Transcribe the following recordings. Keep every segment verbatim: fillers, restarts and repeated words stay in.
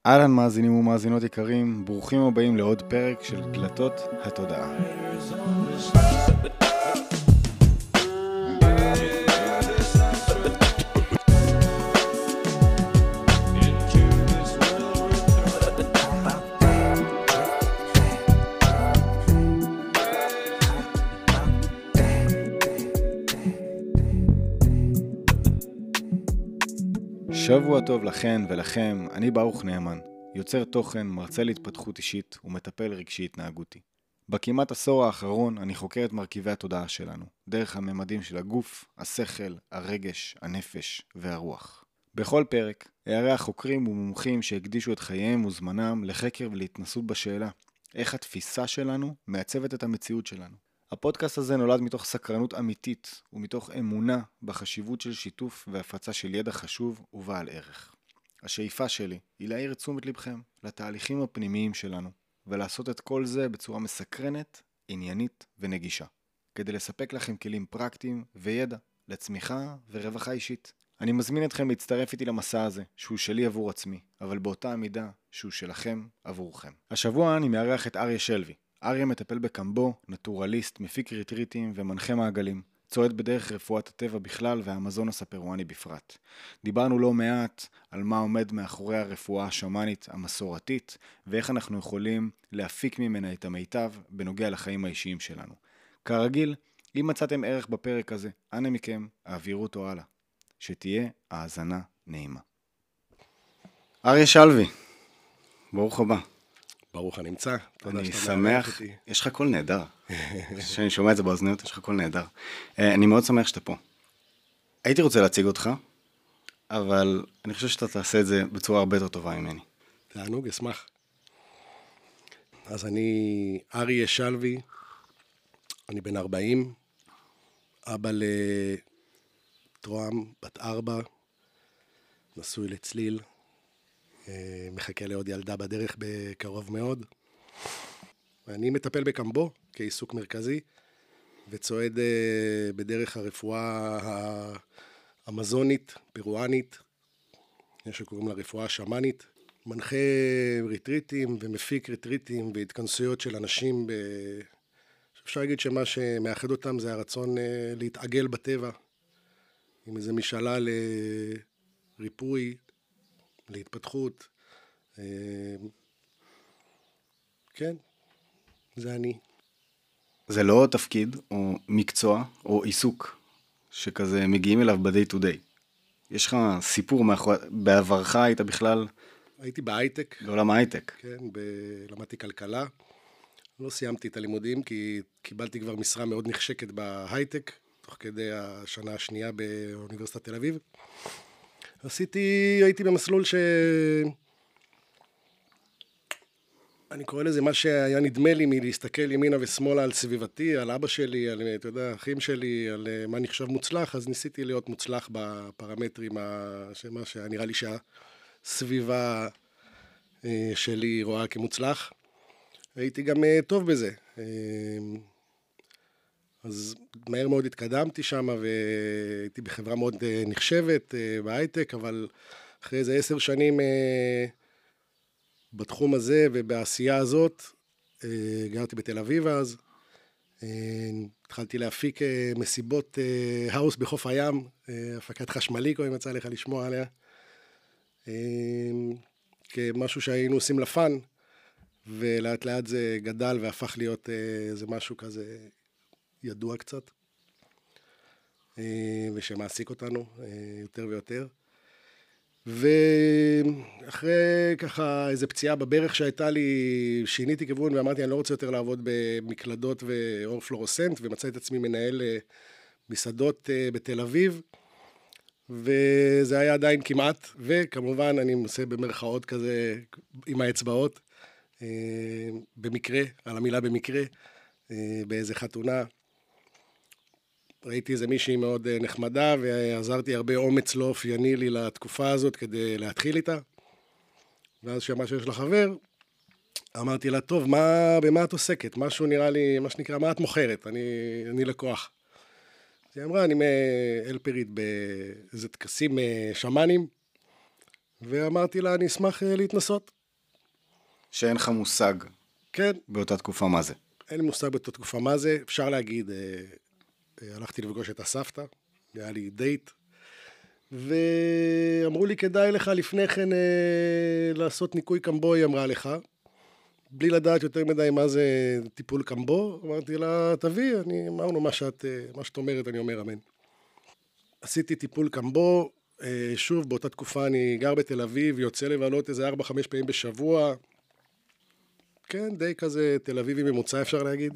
אהלן מאזינים ומאזינות יקרים, ברוכים הבאים לעוד פרק של דלתות התודעה. שבוע טוב לכן ולכם, אני ברוך נאמן, יוצר תוכן, מרצה להתפתחות אישית ומטפל רגשי התנהגותי. בכמעט עשור האחרון אני חוקר את מרכיבי התודעה שלנו, דרך הממדים של הגוף, השכל, הרגש, הנפש והרוח. בכל פרק אארח חוקרים ומומחים שהקדישו את חייהם וזמנם לחקר ולהתנסות בשאלה, איך התפיסה שלנו מעצבת את המציאות שלנו. הפודקאסט הזה נולד מתוך סקרנות אמיתית ומתוך אמונה בחשיבות של שיתוף והפצה של ידע חשוב ובעל ערך. השאיפה שלי היא להעיר את תשומת לבכם לתהליכים הפנימיים שלנו ולעשות את כל זה בצורה מסקרנת, עניינית ונגישה, כדי לספק לכם כלים פרקטיים וידע לצמיחה ורווחה אישית. אני מזמין אתכם להצטרף איתי למסע הזה שהוא שלי עבור עצמי, אבל באותה המידה שהוא שלכם עבורכם. השבוע אני מארח את אריה שלוי. אריה מטפל בקמבו, נטורליסט, מפיק ריטריטים ומנחה מעגלים. צועד בדרך רפואת הטבע בכלל והאמזונס הפרואני בפרט. דיברנו לא מעט על מה עומד מאחורי הרפואה השמאנית המסורתית, ואיך אנחנו יכולים להפיק ממנה את המיטב בנוגע לחיים האישיים שלנו. כרגיל, אם מצאתם ערך בפרק הזה, אנא מכם, העבירו אותו הלאה. שתהיה האזנה נעימה. אריה שלוי, ברוך הבא. ברוך הנמצא. אני שמח, יש לך קול נהדר. כשאני שומע את זה באוזניות, יש לך קול נהדר. אני מאוד שמח שאתה פה. הייתי רוצה להציג אותך, אבל אני חושב שאתה תעשה את זה בצורה הרבה יותר טובה ממני. תענוג, אשמח. אז אני אריה שלוי, אני בן ארבעים, אבא לטרועם, בת ארבע, נשוי לצליל, מחכה לעוד ילדה בדרך בקרוב מאוד. אני מטפל בקמבו כעיסוק מרכזי, וצועד בדרך הרפואה האמזונית, פרואנית, שקוראים לה רפואה שמאנית. מנחה ריטריטים ומפיק ריטריטים והתכנסויות של אנשים. ב... אפשר להגיד שמה שמאחד אותם זה הרצון להתעגל בטבע, עם איזו משאלה לריפוי, להתפתחות. כן, זה אני. זה לא תפקיד או מקצוע או עיסוק שכזה מגיעים אליו ב-day to day. יש לך סיפור מאחורי, בעברך היית בכלל? הייתי בהייטק. בעולם ההייטק. כן, ב- למדתי כלכלה. לא סיימתי את הלימודים כי קיבלתי כבר משרה מאוד נחשקת בהייטק, תוך כדי השנה השנייה באוניברסיטת תל אביב. עשיתי, הייתי במסלול ש... אני קורא לזה מה שהיה נדמה לי מלהסתכל ימינה ושמאלה על סביבתי, על אבא שלי, על, אתה יודע, אחים שלי, על מה נחשב מוצלח, אז ניסיתי להיות מוצלח בפרמטרים, מה שהיה נראה לי שהסביבה שלי רואה כמוצלח. הייתי גם טוב בזה. אז מהר מאוד התקדמתי שם, והייתי בחברה מאוד נחשבת בהייטק, אבל אחרי איזה עשר שנים בתחום הזה ובעשייה הזאת, גרתי בתל אביב אז, התחלתי להפיק מסיבות האוס בחוף הים, הפקת חשמליקו, אם יצא לך לשמוע עליה, כמשהו שהיינו עושים לפן, ולאט לאט זה גדל והפך להיות איזה משהו כזה ידוע קצת, ושמעסיק אותנו יותר ויותר. ואחרי ככה איזו פציעה בברך שהייתה לי, שיניתי כיוון ואמרתי, אני לא רוצה יותר לעבוד במקלדות ואור פלורוסנט, ומצאתי את עצמי מנהל מסעדות בתל אביב, וזה היה עדיין כמעט, וכמובן אני עושה במרכאות כזה עם האצבעות, במקרה, על המילה במקרה, באיזה חתונה. ראיתי איזה מישהי מאוד נחמדה, ועזרתי הרבה אומץ לא אופייני לי לתקופה הזאת כדי להתחיל איתה. ואז שמע שיש לה חבר, אמרתי לה, טוב, מה, במה את עוסקת? משהו נראה לי, מה שנקרא, מה את מוכרת? אני, אני לקוח. אז היא אמרה, אני אלפרית באיזה טקסים שמאנים, ואמרתי לה, אני אשמח להתנסות. שאין לך מושג. כן. באותה תקופה מה זה? אין לי מושג באותה תקופה מה זה. אפשר להגיד, אה, אה, הלכתי לפגוש את הסבתא, היה לי דייט, ואמרו לי, כדאי לך לפני כן אה, לעשות ניקוי קמבו, היא אמרה לך, בלי לדעת יותר מדי מה זה טיפול קמבו. אמרתי לה, תביא, אני אמרנו מה שאת, מה שאת אומרת, אני אומר אמן. עשיתי טיפול קמבו, שוב, באותה תקופה אני גר בתל אביב, יוצא לבלות איזה ארבע חמש פעמים בשבוע. כן, די כזה תל אביבי ממוצע אפשר להגיד.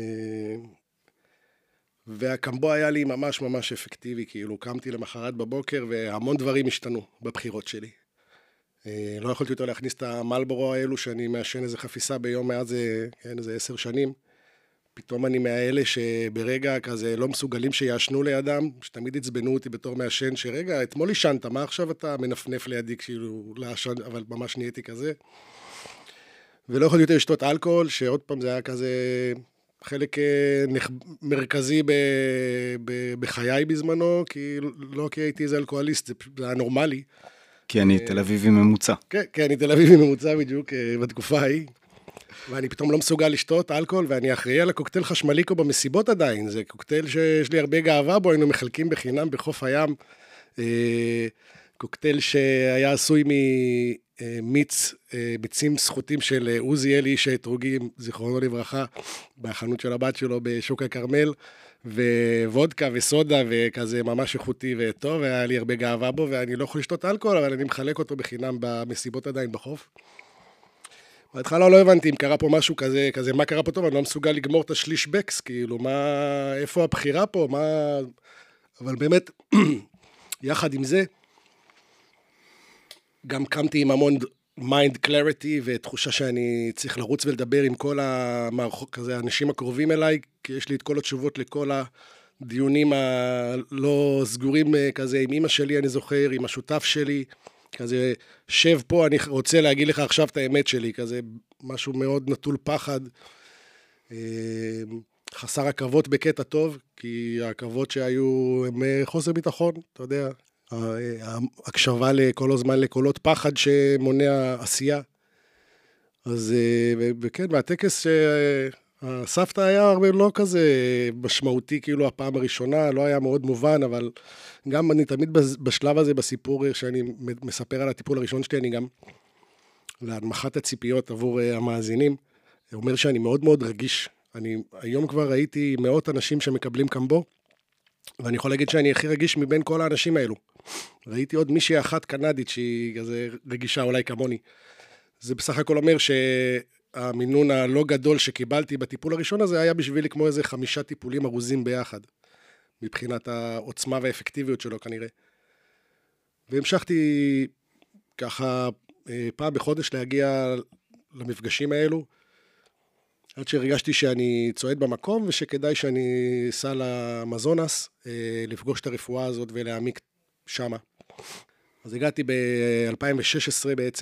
והקמבו היה לי ממש ממש אפקטיבי, כאילו קמתי למחרת בבוקר והמון דברים השתנו בבחירות שלי. לא יכולתי יותר להכניס את המלבורו האלו שאני מעשן איזה חפיסה ביום מאז כן, איזה עשר שנים. פתאום אני מהאלה שברגע כזה לא מסוגלים שיעשנו לידם, שתמיד הצבנו אותי בתור מעשן, שרגע, אתמול ישנת, מה עכשיו אתה מנפנף לידי כאילו לעשן, אבל ממש נהייתי כזה. ולא יכולתי יותר לשתות אלכוהול, שעוד פעם זה היה כזה חלק נח... מרכזי ב... ב... בחיי בזמנו, כי לא כי הייתי איזה אלכוהוליסט, זה, זה היה נורמלי. כי אני תל אביבי ממוצע. כן, כן, אני תל אביבי ממוצע בדיוק בתקופה ההיא. ואני פתאום לא מסוגל לשתות אלכוהול, ואני אחראי על הקוקטייל חשמליקו במסיבות עדיין. זה קוקטייל שיש לי הרבה גאווה בו, היינו מחלקים בחינם בחוף הים. קוקטייל שהיה עשוי ממיץ, מיצים סחוטים של עוזי אלי, שהתרוגים, זיכרונו לברכה, בחנות של הבת שלו בשוק הכרמל, ווודקה וסודה וכזה ממש איכותי וטוב, והיה לי הרבה גאווה בו, ואני לא יכול לשתות אלכוהול, אבל אני מחלק אותו בחינם במסיבות עדיין בחוף. בהתחלה לא הבנתי אם קרה פה משהו כזה, כזה, מה קרה פה טוב, אני לא מסוגל לגמור את השליש בקס, כאילו, מה, איפה הבחירה פה, מה, אבל באמת, יחד עם זה, גם קמתי עם המון מיינד קלריטי, ותחושה שאני צריך לרוץ ולדבר עם כל המערכות, כזה, האנשים הקרובים אליי, כי יש לי את כל התשובות לכל הדיונים הלא סגורים, כזה, עם אמא שלי, אני זוכר, עם השותף שלי, כזה, שב פה, אני רוצה להגיד לך עכשיו את האמת שלי, כזה, משהו מאוד נטול פחד, חסר עכבות בקטע טוב, כי העכבות שהיו הם חוסר ביטחון, אתה יודע, הקשבה לכל הזמן לקולות פחד שמונע עשייה. אז, וכן, והטקס שהסבתא היה הרבה לא כזה משמעותי, כאילו הפעם הראשונה, לא היה מאוד מובן, אבל גם אני תמיד בשלב הזה בסיפור שאני מספר על הטיפול הראשון שלי, אני גם להנמכת הציפיות עבור המאזינים, אומר שאני מאוד מאוד רגיש. אני היום כבר ראיתי מאות אנשים שמקבלים קמבו, ואני יכול להגיד שאני הכי רגיש מבין כל האנשים האלו. ראיתי עוד מישהי אחת קנדית שהיא כזה רגישה אולי כמוני. זה בסך הכל אומר שהמינון הלא גדול שקיבלתי בטיפול הראשון הזה היה בשבילי כמו איזה חמישה טיפולים ארוזים ביחד, מבחינת העוצמה והאפקטיביות שלו כנראה. והמשכתי ככה פעם בחודש להגיע למפגשים האלו, עד שהרגשתי שאני צועד במקום, ושכדאי שאני אסע למזונס, לפגוש את הרפואה הזאת ולהעמיק שמה. אז הגעתי ב-אלפיים ושש עשרה בעצם,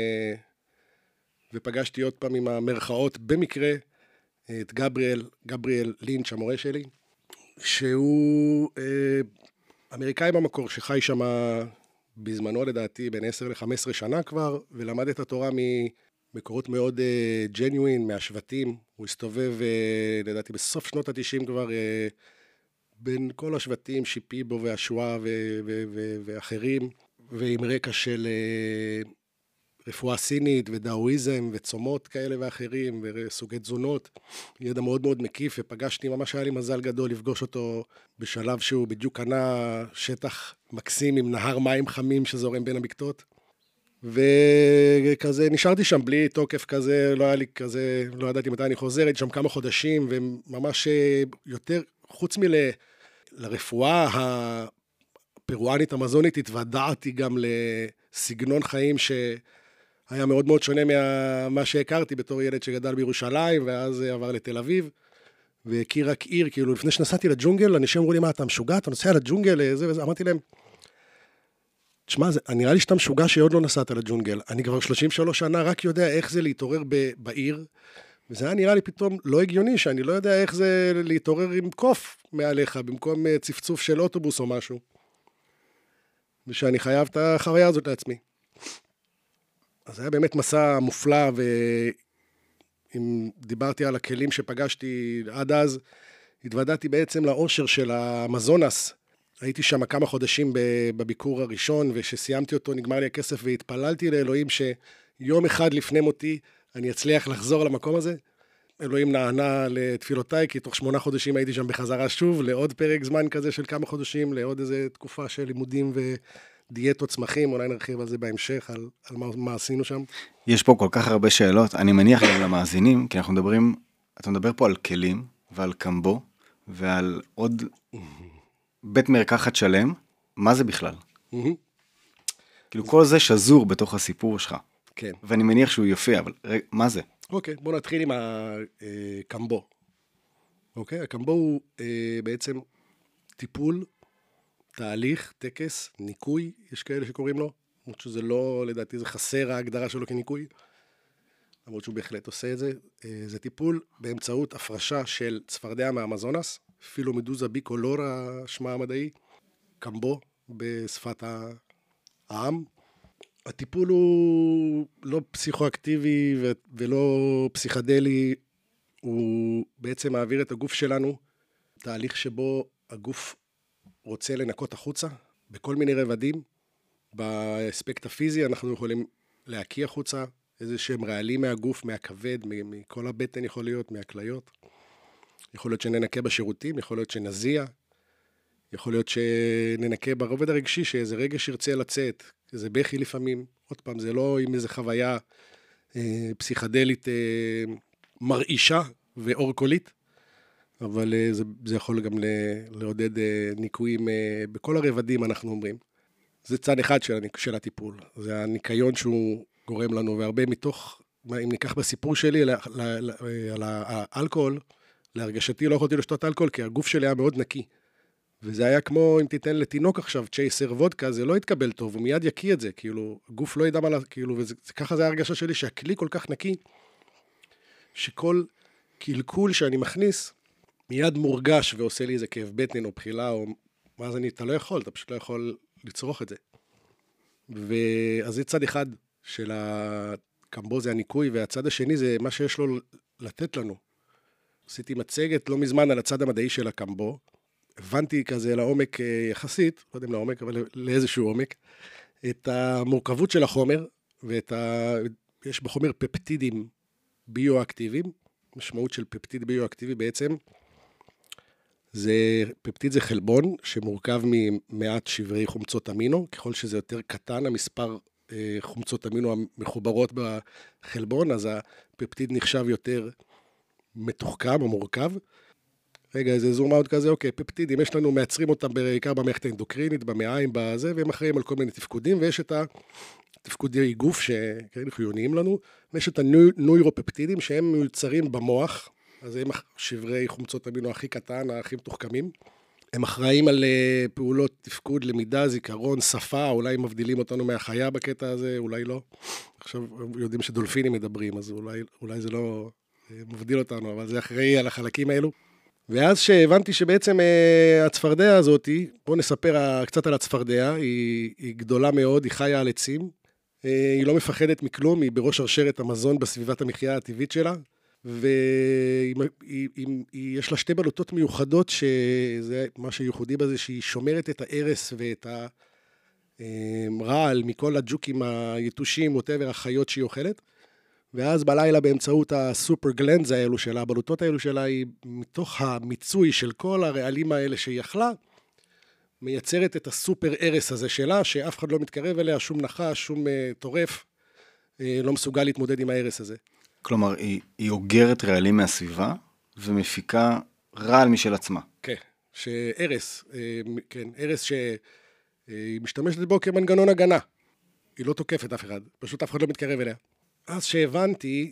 ופגשתי עוד פעם עם המרכאות במקרה, את גבריאל, גבריאל לינץ', המורה שלי, שהוא אמריקאי במקור, שחי שם בזמנו לדעתי בין עשר לחמש עשרה שנה כבר, ולמד את התורה ממקורות מאוד ג'ניואין, מהשבטים. הוא הסתובב לדעתי בסוף שנות ה-תשעים כבר בין כל השבטים, שיפיבו והשואה ואחרים, ועם רקע של רפואה סינית ודאואיזם וצומות כאלה ואחרים וסוגי תזונות, ידע מאוד מאוד מקיף, ופגשתי, ממש היה לי מזל גדול לפגוש אותו בשלב שהוא בדיוק קנה שטח מקסים עם נהר מים חמים שזורם בין הבקתות, וכזה נשארתי שם בלי תוקף כזה, לא היה לי כזה, לא ידעתי מתי אני חוזר, הייתי שם כמה חודשים, וממש יותר, חוץ מלרפואה הפירואנית המזונית, התוודעתי גם לסגנון חיים ש... היה מאוד מאוד שונה ממה שהכרתי בתור ילד שגדל בירושלים, ואז עבר לתל אביב, והכיר רק עיר, כאילו לפני שנסעתי לג'ונגל, אנשים אמרו לי, מה, אתה משוגע? אתה נוסע לג'ונגל? זה וזה. אמרתי להם, תשמע, נראה לי שאתה משוגע שעוד לא נסעת לג'ונגל. אני כבר שלושים ושלוש שנה רק יודע איך זה להתעורר בעיר, וזה היה נראה לי פתאום לא הגיוני, שאני לא יודע איך זה להתעורר עם קוף מעליך, במקום צפצוף של אוטובוס או משהו. ושאני חייב את החוויה הזאת לעצמי. אז היה באמת מסע מופלא, ואם דיברתי על הכלים שפגשתי עד אז, התוודעתי בעצם לאושר של המזונס. הייתי שם כמה חודשים בביקור הראשון, וכשסיימתי אותו נגמר לי הכסף, והתפללתי לאלוהים שיום אחד לפני מותי אני אצליח לחזור למקום הזה. אלוהים נענה לתפילותיי, כי תוך שמונה חודשים הייתי שם בחזרה שוב, לעוד פרק זמן כזה של כמה חודשים, לעוד איזה תקופה של לימודים ודיאטות צמחים, אולי נרחיב על זה בהמשך, על, על מה, מה עשינו שם. יש פה כל כך הרבה שאלות, אני מניח גם למאזינים, כי אנחנו מדברים, אתה מדבר פה על כלים, ועל קמבו, ועל עוד בית מרקחת שלם, מה זה בכלל? כאילו כל זה שזור בתוך הסיפור שלך. כן. ואני מניח שהוא יופיע, אבל רגע, מה זה? אוקיי, בוא נתחיל עם הקמבו. אוקיי, הקמבו הוא בעצם טיפול, תהליך, טקס, ניקוי, יש כאלה שקוראים לו, למרות שזה לא, לדעתי זה חסר ההגדרה שלו כניקוי, למרות שהוא בהחלט עושה את זה. זה טיפול באמצעות הפרשה של צפרדע מהמזונס, פילומדוזה ביקולור, השמה המדעי, קמבו בשפת העם. הטיפול הוא לא פסיכואקטיבי ולא פסיכדלי, הוא בעצם מעביר את הגוף שלנו, תהליך שבו הגוף רוצה לנקות החוצה, בכל מיני רבדים. באספקט הפיזי אנחנו יכולים להקיע החוצה, איזה שהם רעלים מהגוף, מהכבד, מכל הבטן יכול להיות, מהכליות. יכול להיות שננקה בשירותים, יכול להיות שנזיע, יכול להיות שננקה ברובד הרגשי, שאיזה רגש ירצה לצאת, איזה בכי לפעמים. עוד פעם, זה לא עם איזה חוויה אה, פסיכדלית אה, מרעישה ואורקולית, אבל אה, זה, זה יכול גם לעודד אה, ניקויים אה, בכל הרבדים, אנחנו אומרים. זה צד אחד של, של הטיפול. זה הניקיון שהוא גורם לנו, והרבה מתוך, אם ניקח בסיפור שלי על, על, על האלכוהול, להרגשתי לא יכולתי לשתות אלכוהול, כי הגוף שלי היה מאוד נקי. וזה היה כמו, אם תיתן לתינוק עכשיו צ'ייסר וודקה, זה לא יתקבל טוב, הוא מיד יקיא את זה, כאילו, הגוף לא ידע מה, כאילו, וככה זה ההרגשה שלי, שהכלי כל כך נקי, שכל קלקול שאני מכניס, מיד מורגש ועושה לי איזה כאב בטן או בחילה, או מה זה, אתה לא יכול, אתה פשוט לא יכול לצרוך את זה. ואז זה צד אחד של הקמבו, זה הניקוי, והצד השני זה מה שיש לו לתת לנו. עשיתי מצגת לא מזמן על הצד המדעי של הקמבו, הבנתי כזה לעומק יחסית, לא יודע אם לעומק, אבל לאיזשהו עומק, את המורכבות של החומר, ואת ה... יש בחומר פפטידים ביואקטיביים, משמעות של פפטיד ביואקטיבי בעצם, זה, פפטיד זה חלבון שמורכב ממעט שברי חומצות אמינו, ככל שזה יותר קטן, המספר חומצות אמינו המחוברות בחלבון, אז הפפטיד נחשב יותר מתוחכם או מורכב. רגע, איזה זום אאוט כזה, אוקיי, פפטידים, יש לנו, מייצרים אותם בעיקר במערכת האנדוקרינית, במעיים, בזה, והם אחראים על כל מיני תפקודים, ויש את התפקודי גוף שכאלה חיוניים לנו, ויש את הנוירופפטידים שהם מיוצרים במוח, אז הם שברי חומצות אמינו הכי קטן, הכי מתוחכמים. הם אחראים על פעולות תפקוד, למידה, זיכרון, שפה, אולי מבדילים אותנו מהחיה בקטע הזה, אולי לא. עכשיו יודעים שדולפינים מדברים, אז אולי, אולי זה לא מבדיל אותנו, אבל זה אחראי על החלקים האלו. ואז שהבנתי שבעצם הצפרדע הזאת, בואו נספר קצת על הצפרדע, היא, היא גדולה מאוד, היא חיה על עצים, היא לא מפחדת מכלום, היא בראש שרשרת המזון בסביבת המחיה הטבעית שלה, ויש לה שתי בלוטות מיוחדות, שזה מה שייחודי בזה, שהיא שומרת את הערס ואת הרעל מכל הג'וקים היתושים, whatever, החיות שהיא אוכלת, ואז בלילה באמצעות הסופר גלנדס האלו שלה, הבלוטות האלו שלה, היא מתוך המיצוי של כל הרעלים האלה שהיא אכלה, מייצרת את הסופר ערס הזה שלה, שאף אחד לא מתקרב אליה, שום נחש, שום uh, טורף, uh, לא מסוגל להתמודד עם הערס הזה. כלומר, היא, היא אוגרת רעלים מהסביבה, ומפיקה רעל משל עצמה. כן, שערס, uh, כן, ערס שהיא משתמשת בו כמנגנון הגנה. היא לא תוקפת אף אחד, פשוט אף אחד לא מתקרב אליה. אז שהבנתי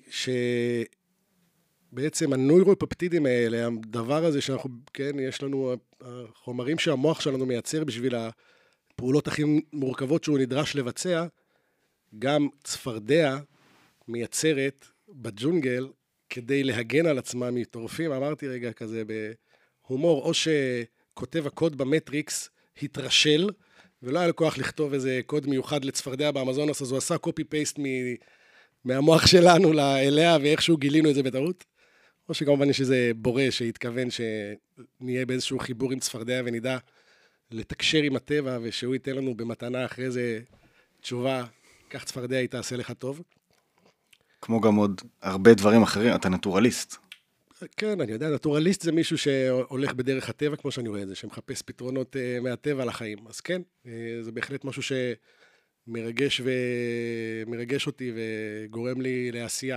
שבעצם הנוירופפטידים האלה, הדבר הזה שאנחנו, כן, יש לנו החומרים שהמוח שלנו מייצר בשביל הפעולות הכי מורכבות שהוא נדרש לבצע, גם צפרדע מייצרת בג'ונגל כדי להגן על עצמה מטורפים. אמרתי רגע כזה בהומור, או שכותב הקוד במטריקס התרשל ולא היה לו כוח לכתוב איזה קוד מיוחד לצפרדע באמזונס, אז הוא עשה קופי פייסט מהמוח שלנו אליה, ואיכשהו גילינו את זה בטעות. או שכמובן יש איזה בורא שהתכוון שנהיה באיזשהו חיבור עם צפרדע ונדע לתקשר עם הטבע, ושהוא ייתן לנו במתנה אחרי זה תשובה, כך צפרדע היא תעשה לך טוב. כמו גם עוד הרבה דברים אחרים, אתה נטורליסט. כן, אני יודע, נטורליסט זה מישהו שהולך בדרך הטבע, כמו שאני רואה את זה, שמחפש פתרונות מהטבע לחיים. אז כן, זה בהחלט משהו שמרגש ומרגש אותי וגורם לי לעשייה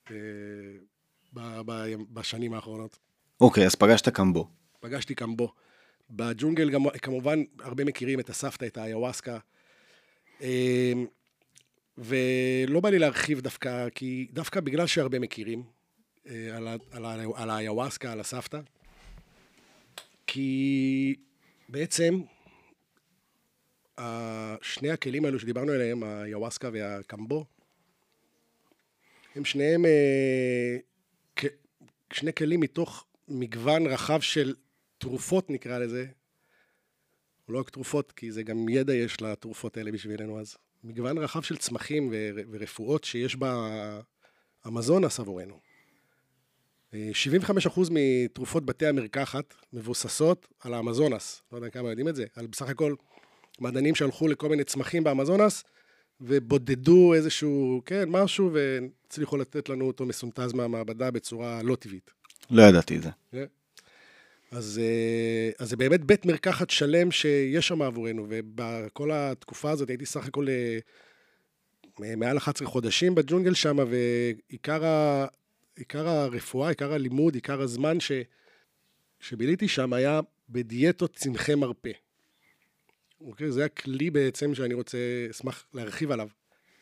בשנים האחרונות. אוקיי, אז פגשת קמבו. פגשתי קמבו. בג'ונגל גם, כמובן, הרבה מכירים את הסבתא, את האיוואסקה. ולא בא לי להרחיב דווקא, כי דווקא בגלל שהרבה מכירים, על, על, על האיוואסקה, על הסבתא, כי בעצם שני הכלים האלו שדיברנו עליהם, האיוואסקה והקמבו, הם שניהם שני כלים מתוך מגוון רחב של תרופות, נקרא לזה, או לא רק תרופות, כי זה גם ידע יש לתרופות האלה בשבילנו, אז מגוון רחב של צמחים ורפואות שיש באמזונס עבורנו. שבעים וחמישה אחוז מתרופות בתי המרקחת מבוססות על האמזונס. לא יודע כמה יודעים את זה. על בסך הכל מדענים שהלכו לכל מיני צמחים באמזונס, ובודדו איזשהו, כן, משהו, והצליחו לתת לנו אותו מסונטז מהמעבדה בצורה לא טבעית. לא ידעתי את זה. אז, אז זה באמת בית מרקחת שלם שיש שם עבורנו, ובכל התקופה הזאת הייתי סך הכל מעל אחד עשר חודשים בג'ונגל שם, ועיקר ה... עיקר הרפואה, עיקר הלימוד, עיקר הזמן ש... שביליתי שם היה בדיאטות צמחי מרפא. אוקיי? זה הכלי בעצם שאני רוצה, אשמח להרחיב עליו.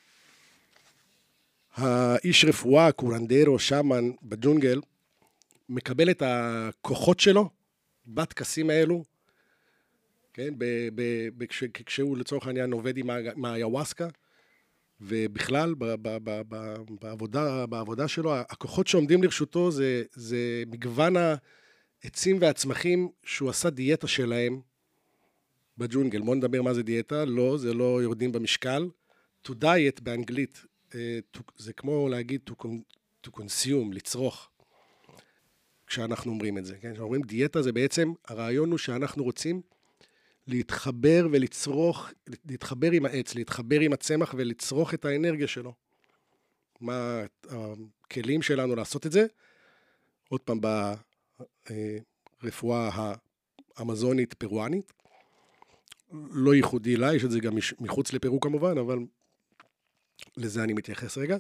האיש רפואה, קורנדרו, שמן, בג'ונגל, מקבל את הכוחות שלו, בטקסים האלו, כן? ב... ב... ב... כש... כשהוא לצורך העניין עובד עם, ה... עם האיוואסקה, ובכלל, בעבודה, בעבודה שלו, הכוחות שעומדים לרשותו זה, זה מגוון העצים והצמחים שהוא עשה דיאטה שלהם בג'ונגל. בוא נדבר מה זה דיאטה. לא, זה לא יורדים במשקל. To diet באנגלית, זה כמו להגיד to, to consume, לצרוך, כשאנחנו אומרים את זה. כן? כשאנחנו אומרים דיאטה זה בעצם, הרעיון הוא שאנחנו רוצים להתחבר ולצרוך, להתחבר עם העץ, להתחבר עם הצמח ולצרוך את האנרגיה שלו. מה הכלים שלנו לעשות את זה? עוד פעם, ברפואה האמזונית פרואנית, לא ייחודי לה, יש את זה גם מחוץ לפרו כמובן, אבל לזה אני מתייחס רגע.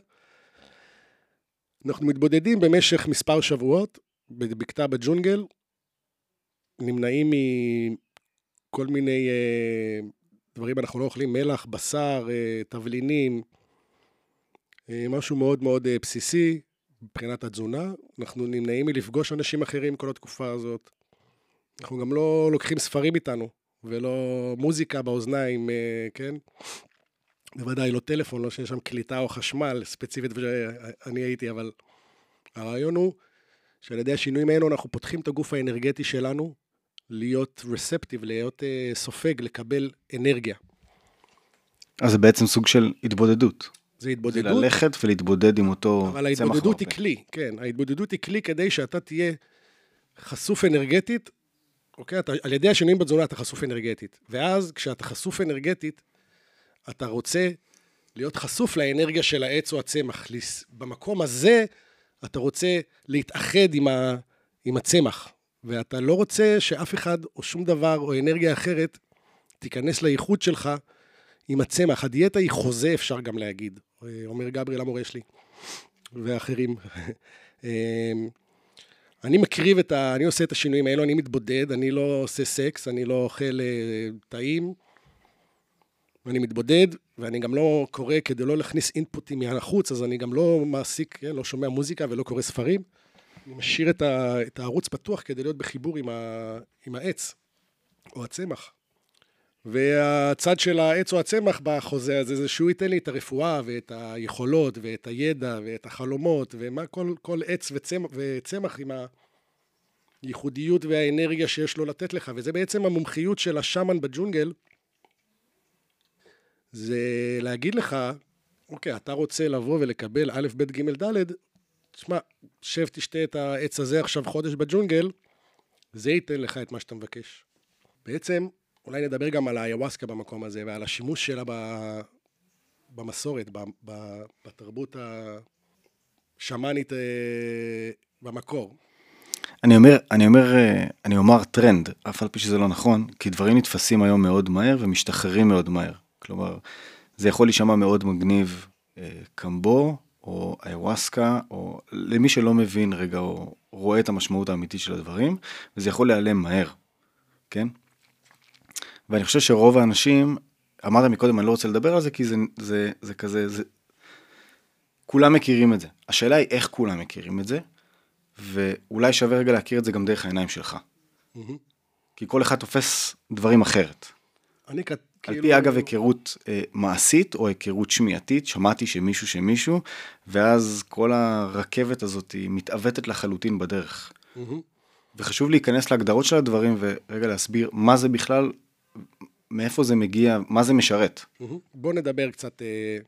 אנחנו מתבודדים במשך מספר שבועות, בקטע בג'ונגל, נמנעים מ... כל מיני uh, דברים, אנחנו לא אוכלים מלח, בשר, uh, תבלינים, uh, משהו מאוד מאוד uh, בסיסי מבחינת התזונה. אנחנו נמנעים מלפגוש אנשים אחרים כל התקופה הזאת. אנחנו גם לא לוקחים ספרים איתנו, ולא מוזיקה באוזניים, uh, כן? בוודאי לא טלפון, לא שיש שם קליטה או חשמל ספציפית, ואני הייתי, אבל הרעיון הוא שעל ידי השינויים האלו אנחנו פותחים את הגוף האנרגטי שלנו, להיות רספטיב, להיות uh, סופג, לקבל אנרגיה. אז זה בעצם סוג של התבודדות. זה התבודדות. זה ללכת ולהתבודד עם אותו צמח. אבל ההתבודדות היא כלי, כן. ההתבודדות היא כלי כדי שאתה תהיה חשוף אנרגטית, אוקיי? אתה, על ידי השינויים בתזונה אתה חשוף אנרגטית. ואז כשאתה חשוף אנרגטית, אתה רוצה להיות חשוף לאנרגיה של העץ או הצמח. במקום הזה אתה רוצה להתאחד עם, ה, עם הצמח. ואתה לא רוצה שאף אחד או שום דבר או אנרגיה אחרת תיכנס לייחוד שלך עם הצמח. הדיאטה היא חוזה, אפשר גם להגיד. אומר גבריאל המורה שלי ואחרים. אני מקריב את ה... אני עושה את השינויים האלו, אני מתבודד, אני לא עושה סקס, אני לא אוכל טעים, ואני מתבודד, ואני גם לא קורא כדי לא להכניס אינפוטים מהחוץ, אז אני גם לא מעסיק, לא שומע מוזיקה ולא קורא ספרים. אני משאיר את, ה, את הערוץ פתוח כדי להיות בחיבור עם, ה, עם העץ או הצמח. והצד של העץ או הצמח בחוזה הזה זה שהוא ייתן לי את הרפואה ואת היכולות ואת הידע ואת החלומות ומה כל, כל עץ וצמח, וצמח עם הייחודיות והאנרגיה שיש לו לתת לך. וזה בעצם המומחיות של השמן בג'ונגל, זה להגיד לך, אוקיי, אתה רוצה לבוא ולקבל א', ב', ג', ד', תשמע, שב תשתה את העץ הזה עכשיו חודש בג'ונגל, זה ייתן לך את מה שאתה מבקש. בעצם, אולי נדבר גם על האיוואסקה במקום הזה, ועל השימוש שלה במסורת, בתרבות השמאנית במקור. אני אומר, אני אומר, אני אומר טרנד, אף על פי שזה לא נכון, כי דברים נתפסים היום מאוד מהר ומשתחררים מאוד מהר. כלומר, זה יכול להישמע מאוד מגניב, קמבו, או איוואסקה, או למי שלא מבין רגע, או רואה את המשמעות האמיתית של הדברים, וזה יכול להיעלם מהר, כן? ואני חושב שרוב האנשים, אמרת מקודם, אני לא רוצה לדבר על זה, כי זה, זה, זה כזה, זה... כולם מכירים את זה. השאלה היא איך כולם מכירים את זה, ואולי שווה רגע להכיר את זה גם דרך העיניים שלך. Mm-hmm. כי כל אחד תופס דברים אחרת. אני כ... על פי כאילו... אגב היכרות אה, מעשית, או היכרות שמיעתית, שמעתי שמישהו שמישהו, ואז כל הרכבת הזאת היא מתעוותת לחלוטין בדרך. Mm-hmm. וחשוב להיכנס להגדרות של הדברים, ורגע להסביר מה זה בכלל, מאיפה זה מגיע, מה זה משרת. בוא נדבר קצת אה,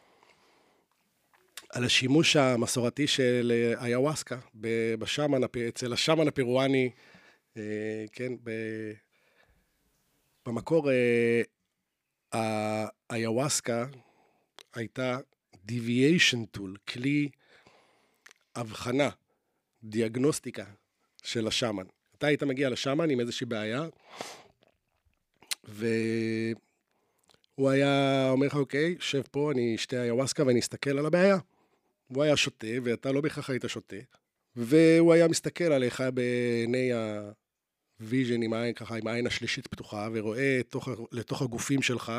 על השימוש המסורתי של איוואסקה, בשמן, אצל השמן הפירואני, אה, כן, ב, במקור אה, האיוואסקה הייתה deviation tool, כלי הבחנה, דיאגנוסטיקה של השמן. אתה היית מגיע לשמן עם איזושהי בעיה, והוא היה אומר לך, אוקיי, שב פה, אני אשתה איוואסקה ואני אסתכל על הבעיה. הוא היה שותה, ואתה לא בכך היית שותה, והוא היה מסתכל עליך בעיני הוויז'ן, עם העין, ככה, עם העין השלישית פתוחה, ורואה תוך, לתוך הגופים שלך,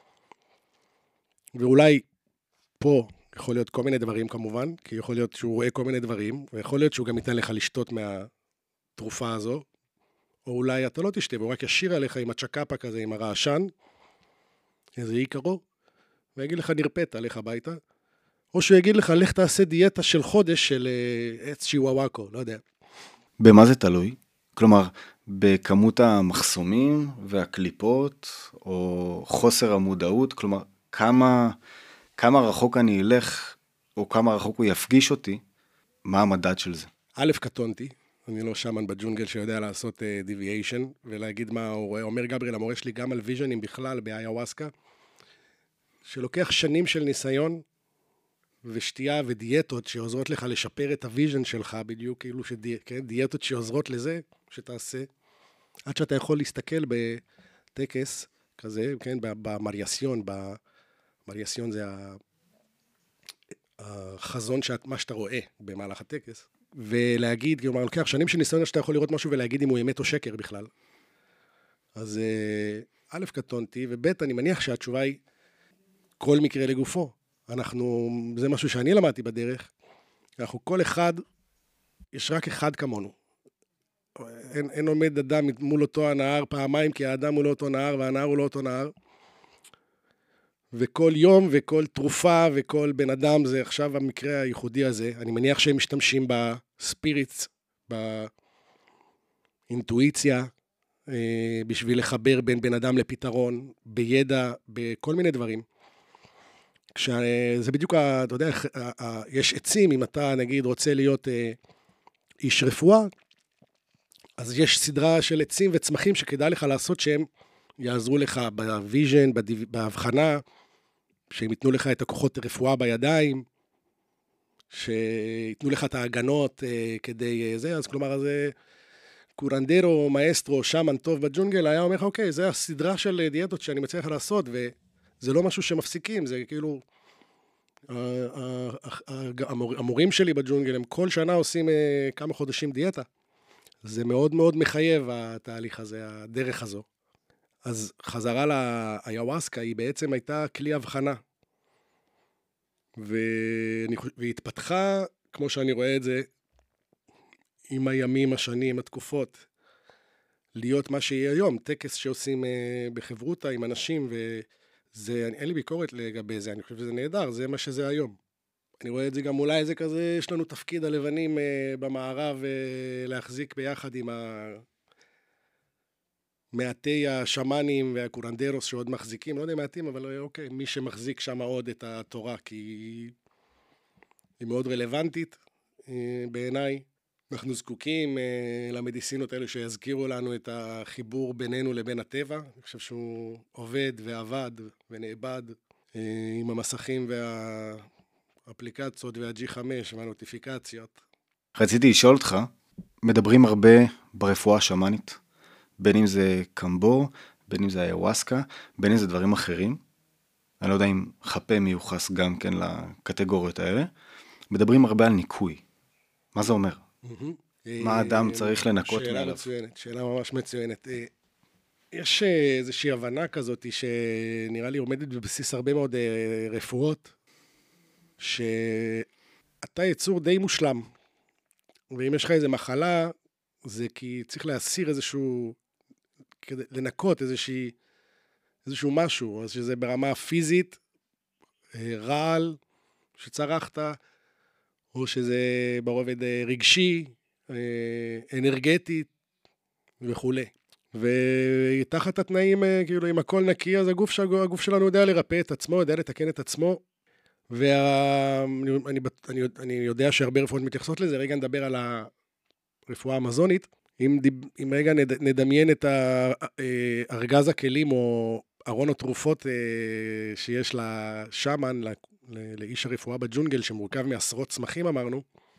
ואולי פה יכול להיות כל מיני דברים כמובן, כי יכול להיות שהוא רואה כל מיני דברים, ויכול להיות שהוא גם ייתן לך לשתות מהתרופה הזו, או אולי אתה לא תשתה, והוא רק ישיר עליך עם הצ'קאפה כזה, עם הרעשן, איזה עיקרו, ויגיד לך נרפאת, לך הביתה, או שהוא יגיד לך, לך תעשה דיאטה של חודש של עץ שיוואוואקו, לא יודע. במה זה תלוי? כלומר, בכמות המחסומים והקליפות, או חוסר המודעות, כלומר, כמה, כמה רחוק אני אלך, או כמה רחוק הוא יפגיש אותי, מה המדד של זה? א', קטונתי. אני לא שמן בג'ונגל שיודע לעשות deviation, ולהגיד מה הוא רואה. אומר גבריאל, המורה שלי גם על ויז'נים בכלל באיוואסקה, שלוקח שנים של ניסיון, ושתייה ודיאטות שעוזרות לך לשפר את הוויז'ן שלך, בדיוק כאילו שדי, כן? דיאטות שעוזרות לזה, שתעשה, עד שאתה יכול להסתכל בטקס כזה, כן? במריאסיון, במריאסיון זה החזון, שאת, מה שאתה רואה במהלך הטקס, ולהגיד, כלומר, לוקח שנים של ניסיון שאתה יכול לראות משהו ולהגיד אם הוא אמת או שקר בכלל. אז א', קטונתי, וב', אני מניח שהתשובה היא כל מקרה לגופו. אנחנו, זה משהו שאני למדתי בדרך, אנחנו כל אחד, יש רק אחד כמונו. אין, אין עומד אדם מול אותו הנהר פעמיים, כי האדם הוא לא אותו נהר, והנהר הוא לא אותו נהר. וכל יום וכל תרופה וכל בן אדם, זה עכשיו המקרה הייחודי הזה. אני מניח שהם משתמשים בספיריטס, באינטואיציה, בשביל לחבר בין בן אדם לפתרון, בידע, בכל מיני דברים. כשזה בדיוק, אתה יודע, יש עצים, אם אתה נגיד רוצה להיות איש רפואה, אז יש סדרה של עצים וצמחים שכדאי לך לעשות שהם יעזרו לך בוויז'ן, בהבחנה, שהם ייתנו לך את הכוחות הרפואה בידיים, שיתנו לך את ההגנות כדי זה, אז כלומר, אז קורנדרו, מאסטרו, שמן טוב בג'ונגל, היה אומר לך, אוקיי, זה הסדרה של דיאטות שאני מצליח לעשות, וזה לא משהו שמפסיקים, זה כאילו, המורים שלי בג'ונגל, הם כל שנה עושים כמה חודשים דיאטה. זה מאוד מאוד מחייב, התהליך הזה, הדרך הזו. אז חזרה לאיוואסקה, היא בעצם הייתה כלי הבחנה. והיא התפתחה, כמו שאני רואה את זה, עם הימים, השנים, התקופות, להיות מה שיהיה היום, טקס שעושים בחברותה עם אנשים, וזה, אין לי ביקורת לגבי זה, אני חושב שזה נהדר, זה מה שזה היום. אני רואה את זה גם אולי זה כזה, יש לנו תפקיד הלבנים במערב להחזיק ביחד עם מעטי השמנים והקורנדרוס שעוד מחזיקים, לא יודע מעטים, אבל אוקיי, מי שמחזיק שם עוד את התורה, כי היא מאוד רלוונטית בעיניי. אנחנו זקוקים למדיסינות האלה שיזכירו לנו את החיבור בינינו לבין הטבע. אני חושב שהוא עובד ועבד ונאבד עם המסכים והאפליקציות וה-ג'י חמש והנוטיפיקציות. רציתי לשאול אותך, מדברים הרבה ברפואה השמאנית, בין אם זה קמבור, בין אם זה איוואסקה, בין אם זה דברים אחרים. אני לא יודע אם חפה מיוחס גם כן לקטגוריות האלה. מדברים הרבה על ניקוי. מה זה אומר? מה האדם צריך לנקות מעליו? שאלה מצוינת, שאלה ממש מצוינת. יש איזושהי הבנה כזאת שנראה לי עומדת בבסיס הרבה מאוד רפואות, שאתה יצור די מושלם, ואם יש לך איזו מחלה, זה כי צריך להסיר איזשהו, כדי לנקות איזושהי, איזשהו משהו, אז שזה ברמה פיזית, רעל שצרכת, או שזה ברובד רגשי, אנרגטי וכו'. ותחת התנאים, כאילו, אם הכל נקי, אז הגוף, הגוף שלנו יודע לרפא את עצמו, יודע לתקן את עצמו, ואני אני, אני יודע שהרבה רפואות מתייחסות לזה. רגע נדבר על הרפואה המזונית. אם, אם רגע נדמיין את ארגז הכלים או ארון התרופות שיש לשמן, לאיש הרפואה בג'ונגל, שמורכב מעשרות צמחים, אמרנו,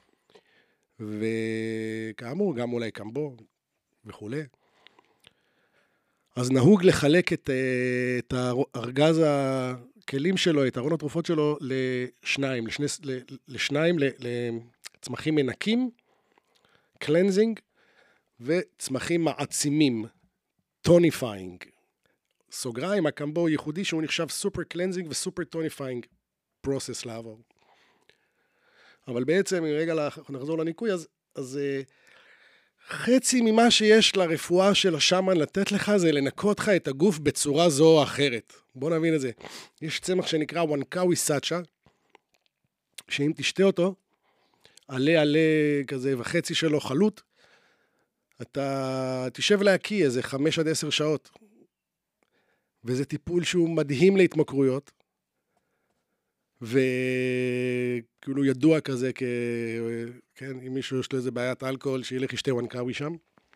וכאמור, גם אולי קמבור וכו'. אז נהוג לחלק את, את ארגז הכלים שלו, את ארון התרופות שלו, לשניים, לשני, לשניים, לצמחים מנקים, קלנזינג, וצמחים מעצימים, טוניפיינג. סוגריים, הקמבור ייחודי שהוא נחשב סופר קלנזינג וסופר טוניפיינג פרוסס לעבור. אבל בעצם, אם רגע נחזור לניקוי, אז, אז חצי ממה שיש לרפואה של השמן לתת לך, זה לנקות לך את הגוף בצורה זו או אחרת. בוא נבין את זה. יש צמח שנקרא וואנקאווי סאצ'ה, שאם תשתה אותו, עלה עלה כזה וחצי שלו חלוט, אתה תשב להקיא איזה חמש עד עשר שעות. וזה טיפול שהוא מדהים להתמכרויות, וכאילו ידוע כזה, כ... כן, אם מישהו יש לו איזה בעיית אלכוהול, שילך ישתה וואנקאווי שם.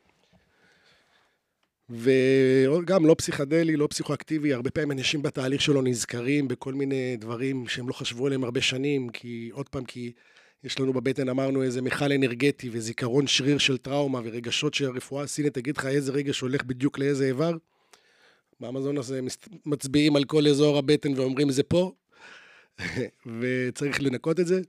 וגם לא פסיכדלי, לא פסיכואקטיבי, הרבה פעמים אנשים בתהליך שלו נזכרים בכל מיני דברים שהם לא חשבו עליהם הרבה שנים, כי עוד פעם, כי יש לנו בבטן, אמרנו, איזה מיכל אנרגטי וזיכרון שריר של טראומה ורגשות שהרפואה הסינית תגיד לך איזה רגש הולך בדיוק לאיזה איבר. באמזון הזה מצביעים על כל אזור הבטן ואומרים זה פה, וצריך לנקות את זה.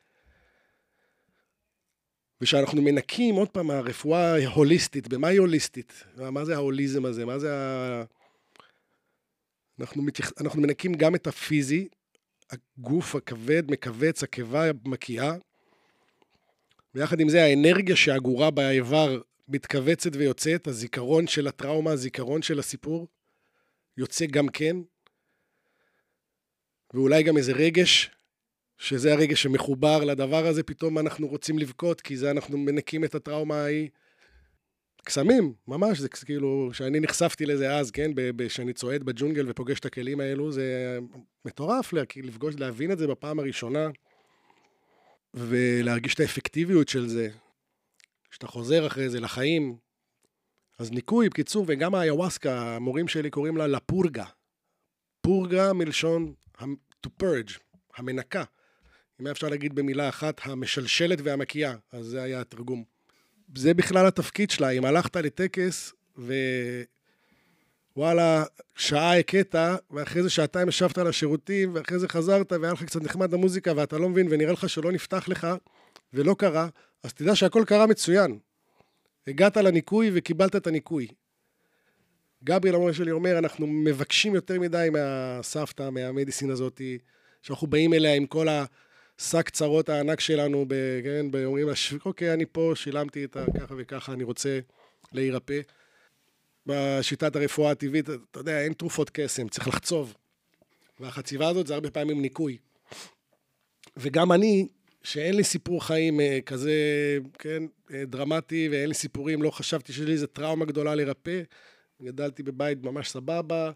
ושאנחנו מנקים, עוד פעם, הרפואה הוליסטית, במה היא הוליסטית? מה זה ההוליזם הזה? מה זה ה... אנחנו, מתייח... אנחנו מנקים גם את הפיזי, הגוף הכבד, מקבץ, הקיבה מקיאה, ויחד עם זה האנרגיה שהגורה באיבר מתכווצת ויוצאת, הזיכרון של הטראומה, הזיכרון של הסיפור, יוצא גם כן, ואולי גם איזה רגש, שזה הרגש שמחובר לדבר הזה, פתאום אנחנו רוצים לבכות, כי זה אנחנו מנקים את הטראומה ההיא. קסמים, ממש, זה כאילו, שאני נחשפתי לזה אז, כן, שאני צועד בג'ונגל ופוגש את הכלים האלו, זה מטורף לפגוש, להבין את זה בפעם הראשונה, ולהרגיש את האפקטיביות של זה, כשאתה חוזר אחרי זה לחיים. אז ניקוי, בקיצור, וגם האיוואסקה, המורים שלי קוראים לה לפורגה. פורגה מלשון to purge, המנקה. אם אפשר להגיד במילה אחת, המשלשלת והמקיאה, אז זה היה התרגום. זה בכלל התפקיד שלה, אם הלכת לטקס, ווואלה, שעה הקטע, ואחרי זה שעתיים ישבת על השירותים, ואחרי זה חזרת, והיה לך קצת נחמד המוזיקה, ואתה לא מבין, ונראה לך שלא נפתח לך, ולא קרה, אז תדע שהכל קרה מצוין. הגעת לניקוי וקיבלת את הניקוי. גבריאל המורה שלי אומר, אנחנו מבקשים יותר מדי מהסבתא, מהמדיסין הזאת, שאנחנו באים אליה עם כל השק צרות הענק שלנו, כן, אומרים לה, אוקיי, אני פה, שילמתי את ככה וככה, אני רוצה להירפא. בשיטת הרפואה הטבעית, אתה יודע, אין תרופות קסם, צריך לחצוב. והחציבה הזאת זה הרבה פעמים ניקוי. וגם אני, שאין לי סיפור חיים כזה, כן, דרמטי, ואין לי סיפורים, לא חשבתי שלי איזה טראומה גדולה לרפא, גדלתי בבית ממש סבבה,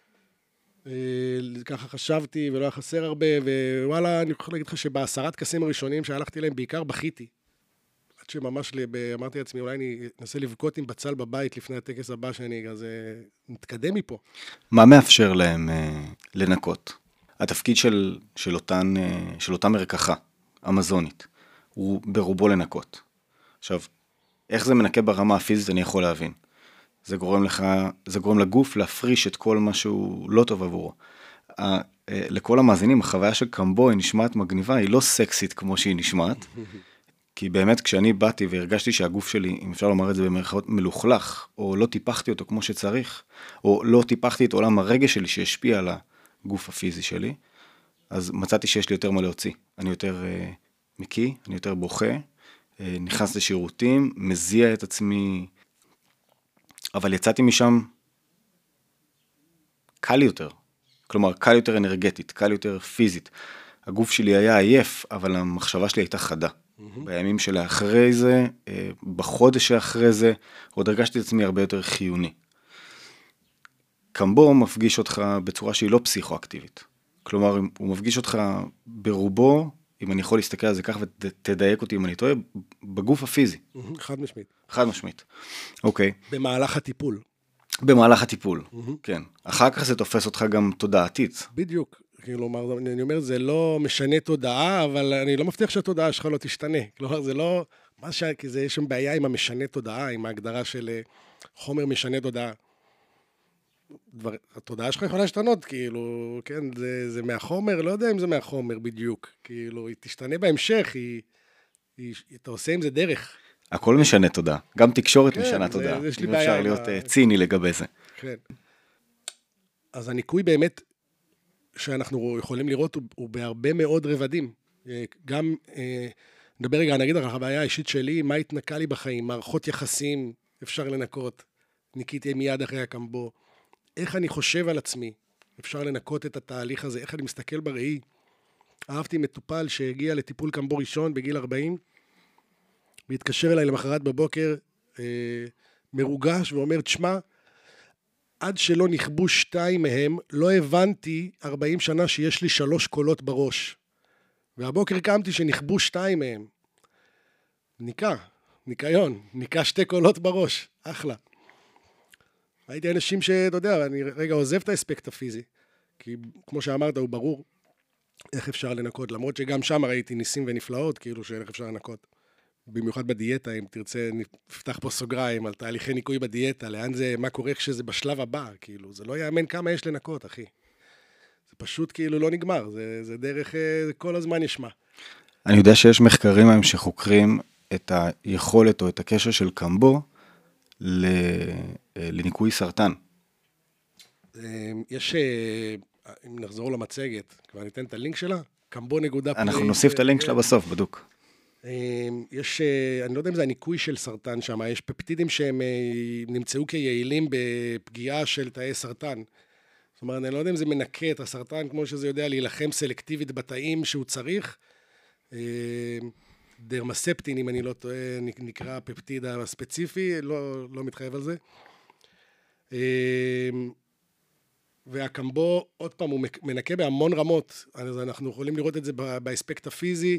ככה חשבתי ולא היה חסר הרבה, ווואלה, אני יכול להגיד לך שבעשרת טקסים הראשונים שהלכתי להם, בעיקר בכיתי. עד שממש אמרתי לעצמי, אולי אני אנסה לבכות עם בצל בבית לפני הטקס הבא שאני אז נתקדם מפה. מה מאפשר להם לנקות? התפקיד של, של אותן, של אותה מרקחה, אמזונית, הוא ברובו לנקות. עכשיו, איך זה מנקה ברמה הפיזית אני יכול להבין. זה גורם לך, זה גורם לגוף להפריש את כל מה שהוא לא טוב עבורו. לכל המאזינים, החוויה של קמבו היא נשמעת מגניבה, היא לא סקסית כמו שהיא נשמעת, כי באמת כשאני באתי והרגשתי שהגוף שלי, אם אפשר לומר את זה במרכאות, מלוכלך, או לא טיפחתי אותו כמו שצריך, או לא טיפחתי את עולם הרגש שלי שהשפיע על הגוף הפיזי שלי, אז מצאתי שיש לי יותר מה להוציא. אני יותר uh, מקי, אני יותר בוכה, uh, נכנס לשירותים, מזיע את עצמי, אבל יצאתי משם קל יותר. כלומר, קל יותר אנרגטית, קל יותר פיזית. הגוף שלי היה עייף, אבל המחשבה שלי הייתה חדה. Mm-hmm. בימים שלאחרי זה, uh, בחודש שאחרי זה, עוד הרגשתי את עצמי הרבה יותר חיוני. קמבו מפגיש אותך בצורה שהיא לא פסיכואקטיבית. כלומר, הוא מפגיש אותך ברובו, אם אני יכול להסתכל על זה כך ותדייק אותי אם אני טועה, בגוף הפיזי. חד משמעית. חד משמעית. אוקיי. במהלך הטיפול. במהלך הטיפול, כן. אחר כך זה תופס אותך גם תודעתית. בדיוק. כלומר, אני אומר, זה לא משנה תודעה, אבל אני לא מבטיח שהתודעה שלך לא תשתנה. כלומר, זה לא, מה ש... כי זה יש שם בעיה עם המשנה תודעה, עם ההגדרה של חומר משנה תודעה. דבר, התודעה שלך יכולה להשתנות, כאילו, כן, זה, זה מהחומר, לא יודע אם זה מהחומר בדיוק, כאילו, היא תשתנה בהמשך, היא, היא, אתה עושה עם זה דרך. הכל משנה תודעה, גם תקשורת כן, משנה זה, תודעה, זה יש לי אם בעיה אפשר להיות ה... ציני לגבי זה. כן. אז הניקוי באמת, שאנחנו יכולים לראות, הוא, הוא בהרבה מאוד רבדים. גם, נדבר רגע, נגיד לך, הבעיה האישית שלי, מה התנקה לי בחיים, מערכות יחסים, אפשר לנקות, ניקיתי מיד אחרי הקמבו, איך אני חושב על עצמי, אפשר לנקות את התהליך הזה, איך אני מסתכל בראי. אהבתי מטופל שהגיע לטיפול קמבו ראשון בגיל ארבעים, והתקשר אליי למחרת בבוקר, אה, מרוגש ואומר, תשמע, עד שלא נכבו שתיים מהם, לא הבנתי ארבעים שנה שיש לי שלוש קולות בראש. והבוקר קמתי שנכבו שתיים מהם. ניקה, ניקיון, ניקה שתי קולות בראש, אחלה. הייתי אנשים שאתה יודע, אני רגע עוזב את האספקט הפיזי, כי כמו שאמרת, הוא ברור איך אפשר לנקות, למרות שגם שם ראיתי ניסים ונפלאות, כאילו שאיך אפשר לנקות. במיוחד בדיאטה, אם תרצה, נפתח פה סוגריים על תהליכי ניקוי בדיאטה, לאן זה, מה קורה כשזה בשלב הבא, כאילו, זה לא יאמן כמה יש לנקות, אחי. זה פשוט כאילו לא נגמר, זה, זה דרך, זה כל הזמן ישמע. אני יודע שיש מחקרים היום שחוקרים את היכולת או את הקשר של קמבו, לניקוי סרטן. יש, אם נחזור למצגת, כבר ניתן את הלינק שלה, קמבו נקודה פליי. אנחנו נוסיף את הלינק שלה בסוף, בדוק. יש, אני לא יודע אם זה הניקוי של סרטן שם, יש פפטידים שהם נמצאו כיעילים בפגיעה של תאי סרטן. זאת אומרת, אני לא יודע אם זה מנקה את הסרטן, כמו שזה יודע להילחם סלקטיבית בתאים שהוא צריך. דרמספטין, אם אני לא טועה, נקרא הפפטיד הספציפי, לא, לא מתחייב על זה. והקמבו, עוד פעם, הוא מנקה בהמון רמות, אז אנחנו יכולים לראות את זה באספקט הפיזי,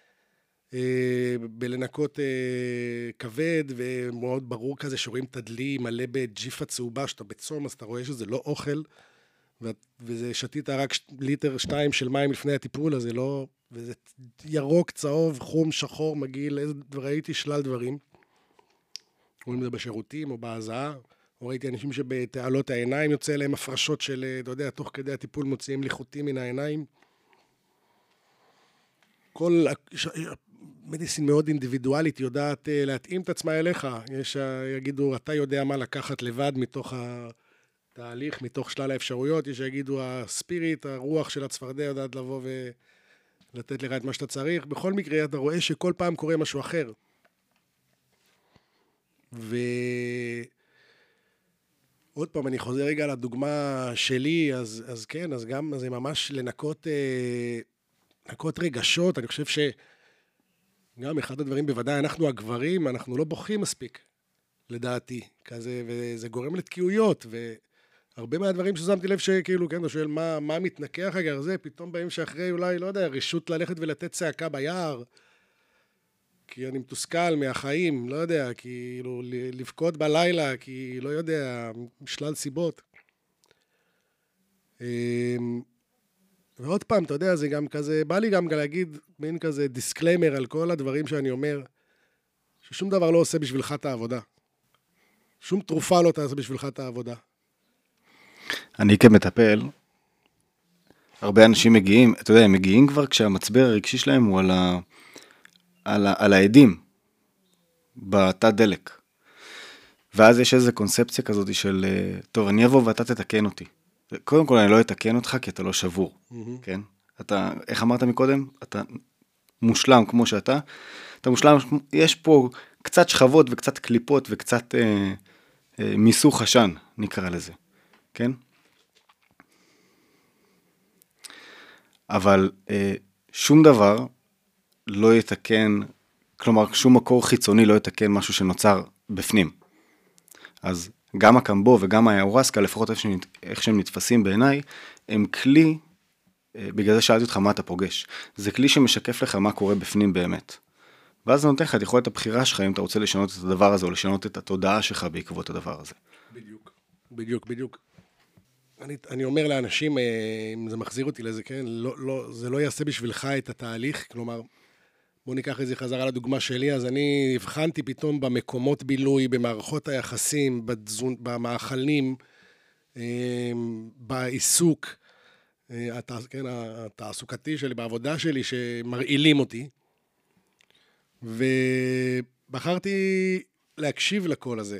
בלנקות כבד, ומאוד ברור כזה שרואים תדלי מלא בג'יפה צהובה, שאתה בצום, אז אתה רואה שזה לא אוכל, וזה שתית רק ליטר שתיים של מים לפני הטיפול, אז זה לא... וזה ירוק, צהוב, חום, שחור, מגעיל, ראיתי שלל דברים. רואים את זה בשירותים או בהזעה, או ראיתי אנשים שבתעלות העיניים יוצא להם הפרשות של, אתה יודע, תוך כדי הטיפול מוציאים ליחוטים מן העיניים. כל מדיסין מאוד אינדיבידואלית יודעת להתאים את עצמה אליך. יש, יגידו, אתה יודע מה לקחת לבד מתוך התהליך, מתוך שלל האפשרויות. יש שיגידו, הספיריט, הרוח של הצפרדע יודעת לבוא ו... לתת לך את מה שאתה צריך. בכל מקרה, אתה רואה שכל פעם קורה משהו אחר. ועוד פעם, אני חוזר רגע לדוגמה שלי, אז, אז כן, אז גם זה ממש לנקות, לנקות רגשות. אני חושב שגם אחד הדברים, בוודאי אנחנו הגברים, אנחנו לא בוכים מספיק. לדעתי, כזה, וזה גורם לתקיעויות, והרבה מהדברים ששמתי לב שכאילו, כן, אתה שואל, מה, מה מתנקח אגר זה, פתאום באים שאחרי אולי, לא יודע, רשות ללכת ולתת צעקה ביער, כי אני מתוסכל מהחיים, לא יודע, כאילו, לבכות בלילה, כי לא יודע, שלל סיבות. ועוד פעם, אתה יודע, זה גם כזה, בא לי גם להגיד מין כזה דיסקליימר על כל הדברים שאני אומר, ששום דבר לא עושה בשבילך את העבודה. שום תרופה לא תעשה בשבילך את העבודה. אני כמטפל, הרבה אנשים מגיעים, אתה יודע, הם מגיעים כבר כשהמצבר הרגשי שלהם הוא על, ה, על, ה, על העדים, בתת דלק. ואז יש איזו קונספציה כזאת של, טוב, אני אבוא ואתה תתקן אותי. קודם כל, אני לא אתקן אותך כי אתה לא שבור, mm-hmm. כן? אתה, איך אמרת מקודם? אתה מושלם כמו שאתה. אתה מושלם, יש פה קצת שכבות וקצת קליפות וקצת אה, אה, מיסוך עשן, נקרא לזה, כן? אבל אה, שום דבר לא יתקן, כלומר, שום מקור חיצוני לא יתקן משהו שנוצר בפנים. אז גם הקמבו וגם האיאורסקה, לפחות איך שהם נתפסים בעיניי, הם כלי, בגלל זה שאלתי אותך מה אתה פוגש, זה כלי שמשקף לך מה קורה בפנים באמת. ואז זה נותן לך את יכולת הבחירה שלך, אם אתה רוצה לשנות את הדבר הזה, או לשנות את התודעה שלך בעקבות הדבר הזה. בדיוק, בדיוק, בדיוק. אני, אני אומר לאנשים, אם זה מחזיר אותי לזה, כן, לא, לא, זה לא יעשה בשבילך את התהליך, כלומר, בוא ניקח את זה חזרה לדוגמה שלי, אז אני הבחנתי פתאום במקומות בילוי, במערכות היחסים, בתזון, במאכלים, בעיסוק, כן, התעסוקתי שלי, בעבודה שלי, שמרעילים אותי, ובחרתי להקשיב לקול הזה,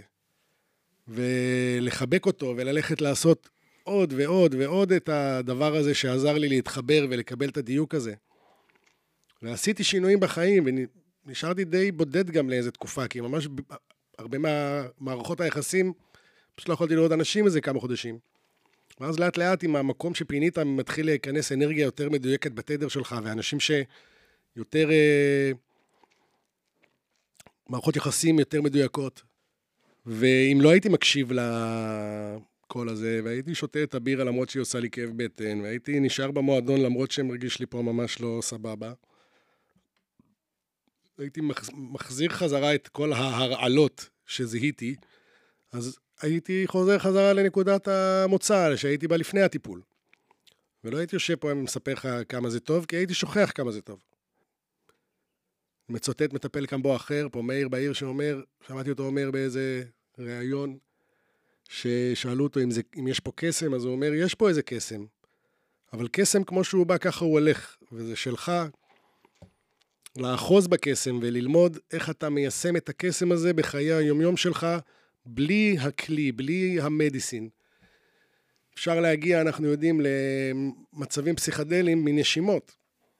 ולחבק אותו, וללכת לעשות עוד ועוד ועוד את הדבר הזה שעזר לי להתחבר ולקבל את הדיוק הזה. ועשיתי שינויים בחיים, ונשארתי די בודד גם לאיזו תקופה, כי ממש הרבה מהמערכות היחסים, פשוט לא יכולתי לראות אנשים איזה כמה חודשים. ואז לאט לאט עם המקום שפינית, מתחיל להיכנס אנרגיה יותר מדויקת בתדר שלך, ואנשים שיותר, מערכות יחסים יותר מדויקות. ואם לא הייתי מקשיב לקול הזה, והייתי שותה את הבירה למרות שהיא עושה לי כאב בטן, והייתי נשאר במועדון למרות שמרגיש לי פה ממש לא סבבה, הייתי מחזיר חזרה את כל ההרעלות שזיהיתי, אז הייתי חוזר חזרה לנקודת המוצא, שהייתי בה לפני הטיפול. ולא הייתי יושב פה ומספר לך כמה זה טוב, כי הייתי שוכח כמה זה טוב. מצוטט מטפל קמבו אחר, פה מאיר בעיר שאומר, שמעתי אותו אומר באיזה ראיון, ששאלו אותו אם, זה, אם יש פה קסם, אז הוא אומר, יש פה איזה קסם, אבל קסם כמו שהוא בא, ככה הוא הולך, וזה שלך, לאחוז בקסם וללמוד איך אתה מיישם את הקסם הזה בחיי היומיום שלך, בלי הכלי, בלי המדיסין. אפשר להגיע, אנחנו יודעים, למצבים פסיכדליים מנשימות.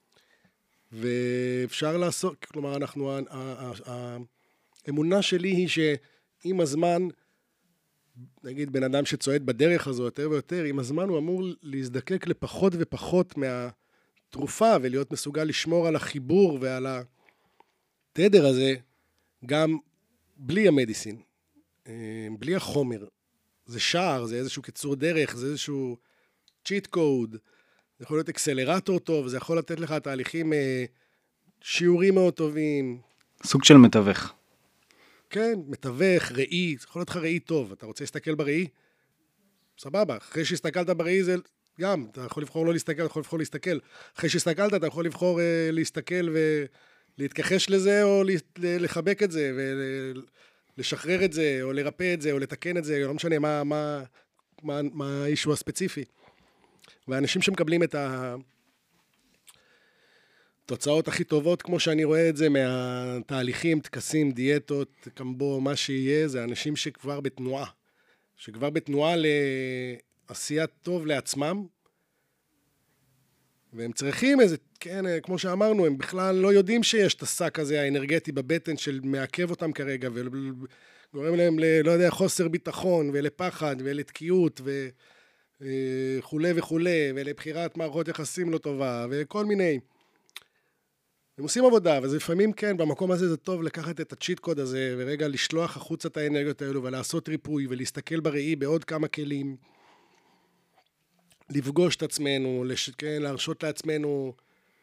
ואפשר לעשות, כלומר, אנחנו, האמונה שלי היא שעם הזמן, נגיד בן אדם שצועד בדרך הזו יותר ויותר, עם הזמן הוא אמור להזדקק לפחות ופחות מהתרופה, ולהיות מסוגל לשמור על החיבור ועל התדר הזה, גם בלי המדיסין, בלי החומר. זה שער, זה איזשהו קיצור דרך, זה איזשהו צ'יט קוד, זה יכול להיות אקסלרטור טוב, זה יכול לתת לך תהליכים, שיעורים מאוד טובים. סוג של מתווך. כן, מתווך, ראי, זה יכול להיות לך ראי טוב. אתה רוצה להסתכל בראי? סבבה. אחרי שהסתכלת בראי זה גם, אתה יכול לבחור לא להסתכל, אתה יכול לבחור להסתכל. אחרי שהסתכלת, אתה יכול לבחור אה, להסתכל ולהתכחש לזה, או לחבק את זה, ולשחרר את זה, או לרפא את זה, או לתקן את זה, לא משנה מה, מה, מה, מה האישו הספציפי. ואנשים שמקבלים את התוצאות הכי טובות, כמו שאני רואה את זה, מהתהליכים, תקסים, דיאטות, קמבו, מה שיהיה, זה אנשים שכבר בתנועה. שכבר בתנועה לעשיית טוב לעצמם, והם צריכים איזה, כן, כמו שאמרנו, הם בכלל לא יודעים שיש את השק הזה האנרגטי בבטן של מעכב אותם כרגע, וגורם להם ל, לא יודע, חוסר ביטחון, ולפחד, ולתקיעות, ו... וכו' וכו', ולבחירת מערכות יחסים לא טובה, וכל מיני. הם עושים עבודה, וזה לפעמים כן, במקום הזה זה טוב לקחת את הצ'יט קוד הזה, ורגע לשלוח החוצה את האנרגיות האלו, ולעשות ריפוי, ולהסתכל בראי בעוד כמה כלים, לפגוש את עצמנו, לש... כן, להרשות לעצמנו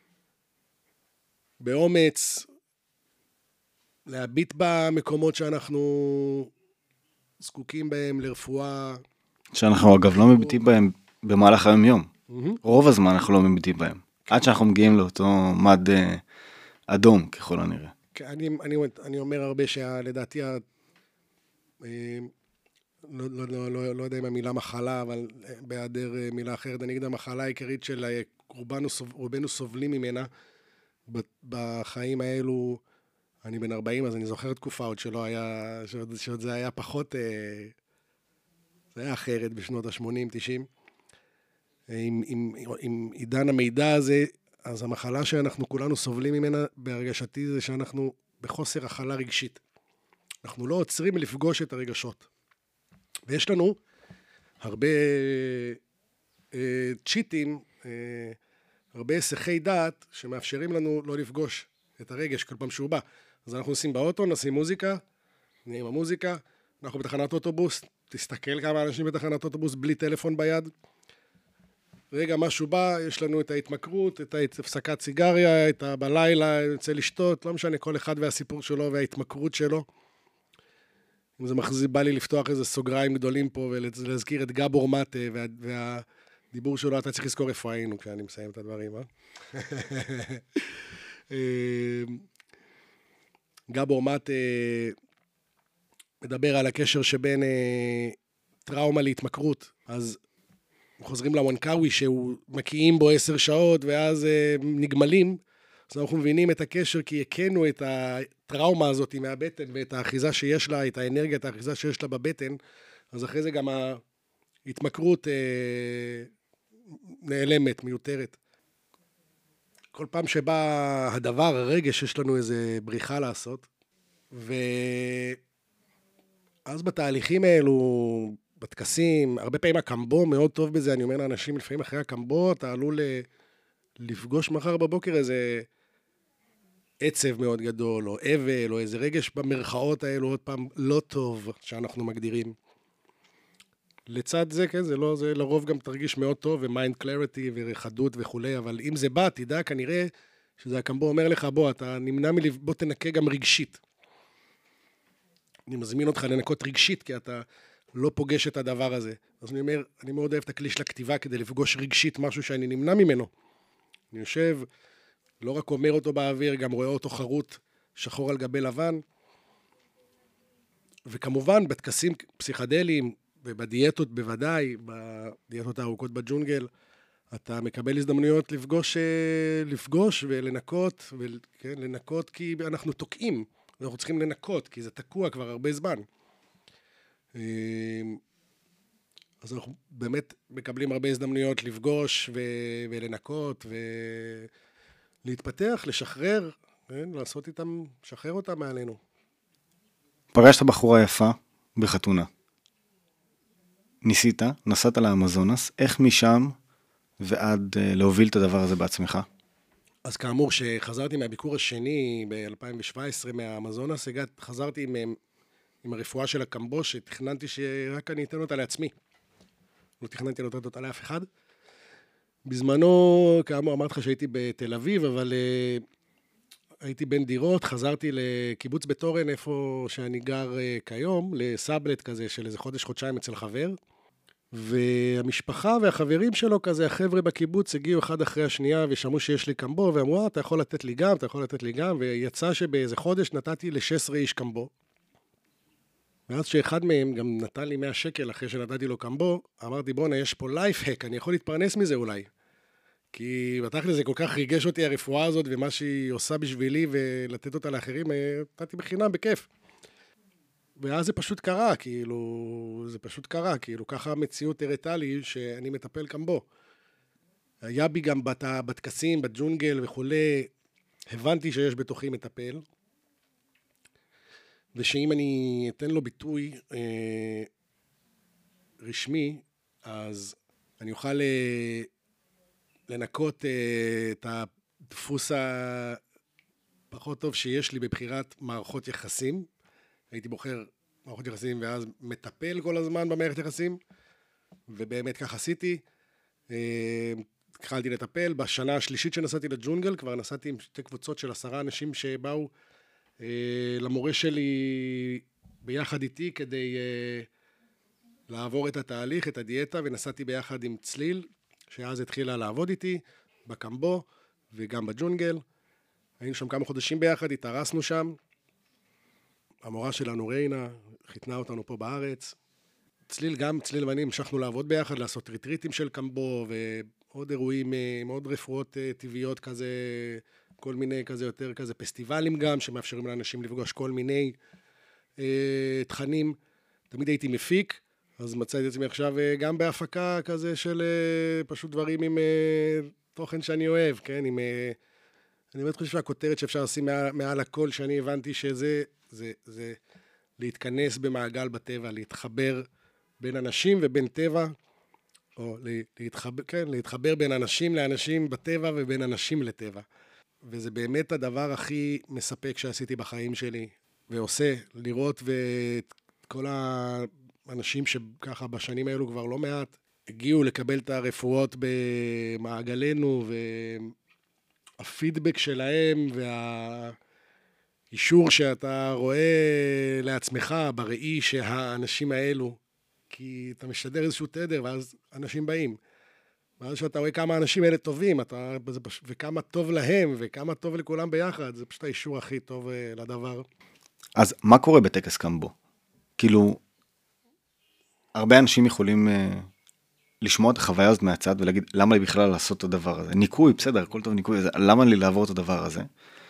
באומץ, להביט במקומות שאנחנו זקוקים בהם לרפואה. שאנחנו אגב לא מביטים בהם במהלך היום יום. רוב הזמן אנחנו לא מביטים בהם. עד שאנחנו מגיעים לאותו מד אדום ככל הנראה. אני, אני, אני אומר הרבה שלדעתי, לא, לא, לא, לא, לא יודע אם המילה מחלה, אבל בהיעדר מילה אחרת, אני אגיד המחלה העיקרית של רובנו, רובנו סובלים ממנה בחיים האלו. אני בן ארבעים, אז אני זוכר תקופה עוד שלא היה, שעוד, שעוד זה היה פחות, זה היה אחרת בשנות ה-שמונים תשעים. עם, עם, עם עידן המידע הזה, אז המחלה שאנחנו כולנו סובלים ממנה בהרגשתי זה שאנחנו בחוסר הכלה רגשית. אנחנו לא עוצרים לפגוש את הרגשות. ויש לנו הרבה אה, צ'יטים, אה, הרבה היסחי דעת שמאפשרים לנו לא לפגוש את הרגש כל פעם שהוא בא. אז אנחנו עושים באוטו, נשים מוזיקה, נהיה עם המוזיקה, אנחנו בתחנת אוטובוס, תסתכל כמה אנשים בתחנת אוטובוס בלי טלפון ביד. רגע, משהו בא, יש לנו את ההתמכרות, את ההפסקת סיגריה, את בלילה, יוצא לשתות, לא משנה, כל אחד והסיפור שלו וההתמכרות שלו. אם זה מחזיר, בא לי לפתוח איזה סוגריים גדולים פה ולהזכיר את גבור מטה וה, והדיבור שלו, אתה צריך לזכור איפה היינו כשאני מסיים את הדברים, אה? גבור מטה מדבר על הקשר שבין טראומה להתמכרות, אז חוזרים לוונקאווי שהוא מקיאים בו עשר שעות ואז נגמלים, אז אנחנו מבינים את הקשר כי הכנו את הטראומה הזאת מהבטן ואת האחיזה שיש לה, את האנרגיה, את האחיזה שיש לה בבטן, אז אחרי זה גם ההתמכרות אה, נעלמת, מיותרת. כל פעם שבא הדבר, הרגש, יש לנו איזה בריחה לעשות, ואז בתהליכים האלו, בטקסים, הרבה פעמים הקמבו מאוד טוב בזה, אני אומר לאנשים, לפעמים אחרי הקמבו, אתה עלול לפגוש מחר בבוקר איזה עצב מאוד גדול, או אבל, או איזה רגש במרכאות האלו, עוד פעם, לא טוב, שאנחנו מגדירים. לצד זה, כן, זה לא, זה לרוב גם תרגיש מאוד טוב, ומיינד קלריטי, ורחדות וכולי, אבל אם זה בא, תדע כנראה, שזה הקמבו אומר לך, בוא, אתה נמנע מלב, בוא תנקה גם רגשית. אני מזמין אותך לנקות רגשית, כי אתה לא פוגש את הדבר הזה. אז אני אומר, אני מאוד אוהב את הכלי של הכתיבה, כדי לפגוש רגשית משהו שאני נמנע ממנו. אני יושב, לא רק אומר אותו באוויר, גם רואה אותו חרוט, שחור על גבי לבן. וכמובן, בטקסים פסיכדליים, ובדיאטות בוודאי, בדיאטות הארוכות בג'ונגל, אתה מקבל הזדמנויות לפגוש, לפגוש ולנקות, וכן, לנקות כי אנחנו תוקעים, ואנחנו צריכים לנקות, כי זה תקוע כבר הרבה זמן. אז אנחנו באמת מקבלים הרבה הזדמנויות לפגוש ו- ולנקות ולהתפתח, לשחרר, כן? לעשות איתם, לשחרר אותם מעלינו. פגשת בחורה יפה בחתונה. ניסית, נסעת לאמזונס, איך משם ועד להוביל את הדבר הזה בעצמך? אז כאמור, שחזרתי מהביקור השני ב-אלפיים שבע עשרה מהאמזונס, הגעת, חזרתי עם, עם הרפואה של הקמבו, שתכננתי שרק אני אתן אותה לעצמי. לא תכננתי לתת אותה לאף אחד. בזמנו, כאמור, אמרתי לך שהייתי בתל אביב, אבל uh, הייתי בין דירות, חזרתי לקיבוץ בתורן, איפה שאני גר uh, כיום, לסאבלט כזה של איזה חודש, חודשיים אצל חבר. והמשפחה והחברים שלו כזה, החבר'ה בקיבוץ הגיעו אחד אחרי השנייה ושמעו שיש לי קמבו, ואמרו, אתה יכול לתת לי גם, אתה יכול לתת לי גם, ויצא שבאיזה חודש נתתי ל-שש עשרה איש קמבו. ואז שאחד מהם גם נתן לי מאה שקל אחרי שנתתי לו קמבו, אמרתי, בוא'נה, יש פה לייף-הק, אני יכול להתפרנס מזה אולי. כי בתכל'ס זה כל כך ריגש אותי הרפואה הזאת, ומה שהיא עושה בשבילי, ולתת אותה לאחרים, נתתי בחינם, בכיף. ואז זה פשוט קרה, כאילו, זה פשוט קרה, כאילו, ככה המציאות הראתה לי שאני מטפל קמבו. היה בי גם בת, בתקסים, בג'ונגל וכולי, הבנתי שיש בתוכי מטפל, ושאם אני אתן לו ביטוי אה, רשמי, אז אני אוכל אה, לנקות אה, את הדפוס פחות טוב שיש לי בבחירת מערכות יחסים. הייתי בוחר מערכות יחסים ואז מטפל כל הזמן במערכת יחסים, ובאמת כך עשיתי. התחלתי לטפל. בשנה השלישית שנסעתי לג'ונגל, כבר נסעתי עם שתי קבוצות של עשרה אנשים שבאו למורה שלי ביחד איתי כדי לעבור את התהליך, את הדיאטה, ונסעתי ביחד עם צליל, שאז התחילה לעבוד איתי בקמבו וגם בג'ונגל. היינו שם כמה חודשים ביחד, התארסנו שם. המורה שלנו ריינה, חיתנה אותנו פה בארץ. צליל גם, צליל ואני המשכנו לעבוד ביחד, לעשות ריטריטים של קמבו, ועוד אירועים, עוד רפואות טבעיות כזה, כל מיני כזה יותר כזה פסטיבלים גם, שמאפשרים לאנשים לפגוש כל מיני אה, תכנים. תמיד הייתי מפיק, אז מצאתי את עצמי עכשיו גם בהפקה כזה של אה, פשוט דברים עם אה, תוכן שאני אוהב, כן? עם, אה, אני באמת חושב שהכותרת שאפשר לשים מעל, מעל הכל, שאני הבנתי שזה זה, זה להתכנס במעגל בטבע, להתחבר בין אנשים ובין טבע, או להתחבר, כן, להתחבר בין אנשים לאנשים בטבע ובין אנשים לטבע. וזה באמת הדבר הכי מספק שעשיתי בחיים שלי, ועושה, לראות ואת כל האנשים שככה בשנים האלו כבר לא מעט, הגיעו לקבל את הרפואות במעגלנו, והפידבק שלהם, והאישור שאתה רואה לעצמך בראי שהאנשים האלו, כי אתה משדר איזשהו תדר, ואז אנשים באים. ואז שאתה רואה כמה האנשים האלה טובים, אתה, וכמה טוב להם, וכמה טוב לכולם ביחד, זה פשוט האישור הכי טוב לדבר. אז מה קורה בטקס קמבו? כאילו, הרבה אנשים יכולים uh, לשמוע את החוויה הזאת מהצד, ולהגיד, למה לי בכלל לעשות את הדבר הזה? ניקוי, בסדר, הכל טוב ניקוי, למה לי לעבור את הדבר הזה?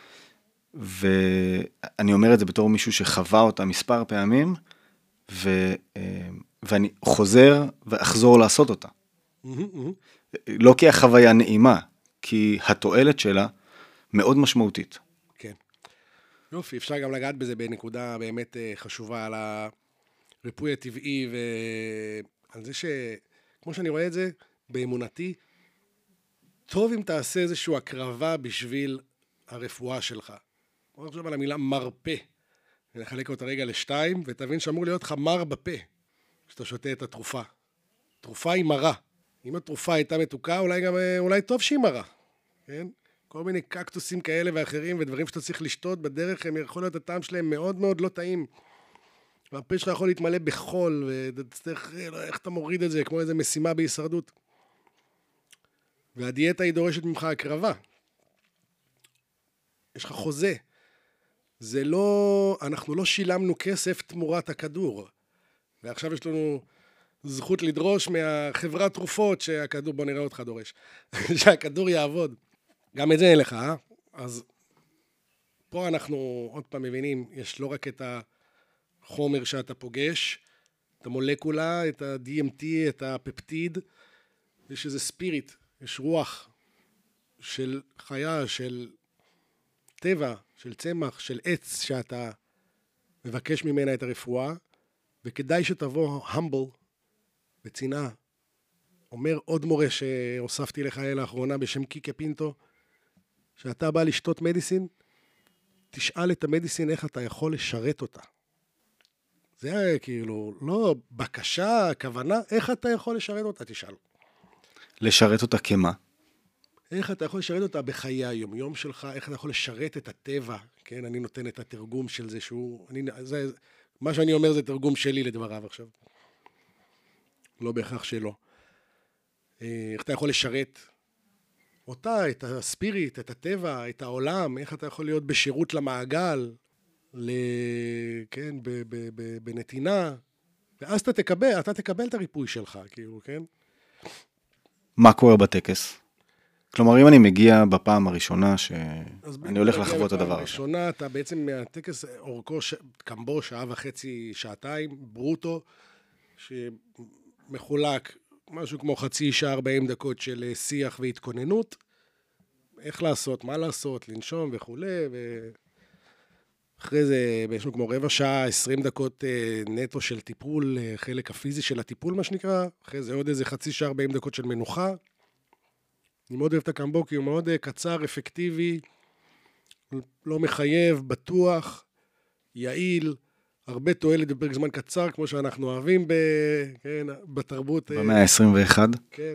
ואני אומר את זה בתור מישהו שחווה אותה מספר פעמים, ו, uh, ואני חוזר ואחזור לעשות אותה. לא כי החוויה נעימה, כי התועלת שלה מאוד משמעותית. כן. יופי, אפשר גם לגעת בזה בנקודה באמת חשובה על הריפוי הטבעי, ועל זה שכמו שאני רואה את זה, באמונתי, טוב אם תעשה איזושהי הקרבה בשביל הרפואה שלך. אני חושב על המילה מרפא. נחלק אותה רגע לשתיים, ותבין שאמור להיות לך מר בפה, כשאתה שותה את התרופה. תרופה היא מרה. אם התרופה הייתה מתוקה, אולי גם, אולי טוב שהיא מרה, כן? כל מיני קקטוסים כאלה ואחרים, ודברים שאתה צריך לשתות בדרך, הם יכול להיות הטעם שלהם מאוד מאוד לא טעים. והפה שלך יכול להתמלא בחול, ותצטרך, איך אתה מוריד את זה, כמו איזו משימה בהישרדות. והדיאטה היא דורשת ממך הקרבה. יש לך חוזה. זה לא, אנחנו לא שילמנו כסף תמורת הכדור. ועכשיו יש לנו זכות לדרוש מהחברת תרופות שהכדור, בוא נראה אותך דורש, שהכדור יעבוד. גם את זה אין לך, אה? אז פה אנחנו עוד פעם מבינים, יש לא רק את החומר שאתה פוגש, את המולקולה, את ה-די אם טי, את הפפטיד, יש איזה ספיריט, יש רוח של חיה, של טבע, של צמח, של עץ, שאתה מבקש ממנה את הרפואה, וכדאי שתבוא humble, בצנעה. אומר עוד מורה שהוספתי לך לאחרונה בשם קיקה פינטו, שאתה בא לשתות מדיסין, תשאל את המדיסין איך אתה יכול לשרת אותה. זה היה כאילו, לא בקשה, כוונה, איך אתה יכול לשרת אותה, תשאל. לשרת אותה כמה? איך אתה יכול לשרת אותה בחיי היום-יום שלך, איך אתה יכול לשרת את הטבע, כן? אני נותן את התרגום של זה שהוא, אני, זה, מה שאני אומר זה תרגום שלי לדבריו עכשיו. לא בהכרח שלא. איך אתה יכול לשרת אותה, את הספיריט, את הטבע, את העולם, איך אתה יכול להיות בשירות למעגל, ל... כן, ב, ב, ב, בנתינה, ואז אתה תקבל, אתה תקבל את הריפוי שלך, כאילו, כן? מה קורה בטקס? כלומר, אם אני מגיע בפעם הראשונה שאני הולך לחוות את הדבר הזה. בראשונה, אתה בעצם מהטקס אורכו ש... קמבו, שעה וחצי, שעתיים, ברוטו, שמחולק משהו כמו חצי שעה, ארבעים דקות של שיח והתכוננות. איך לעשות, מה לעשות, לנשום וכו'. ואחרי זה, משהו כמו רבע שעה, עשרים דקות נטו של טיפול, חלק הפיזי של הטיפול, מה שנקרא. אחרי זה עוד איזה חצי שעה, ארבעים דקות של מנוחה. אני מאוד אוהב את הקמבו, כי הוא מאוד קצר, אפקטיבי, לא מחייב, בטוח, יעיל, הרבה תועלת בפרק זמן קצר, כמו שאנחנו אוהבים ב, כן, בתרבות. במאה ה-עשרים ואחת. כן.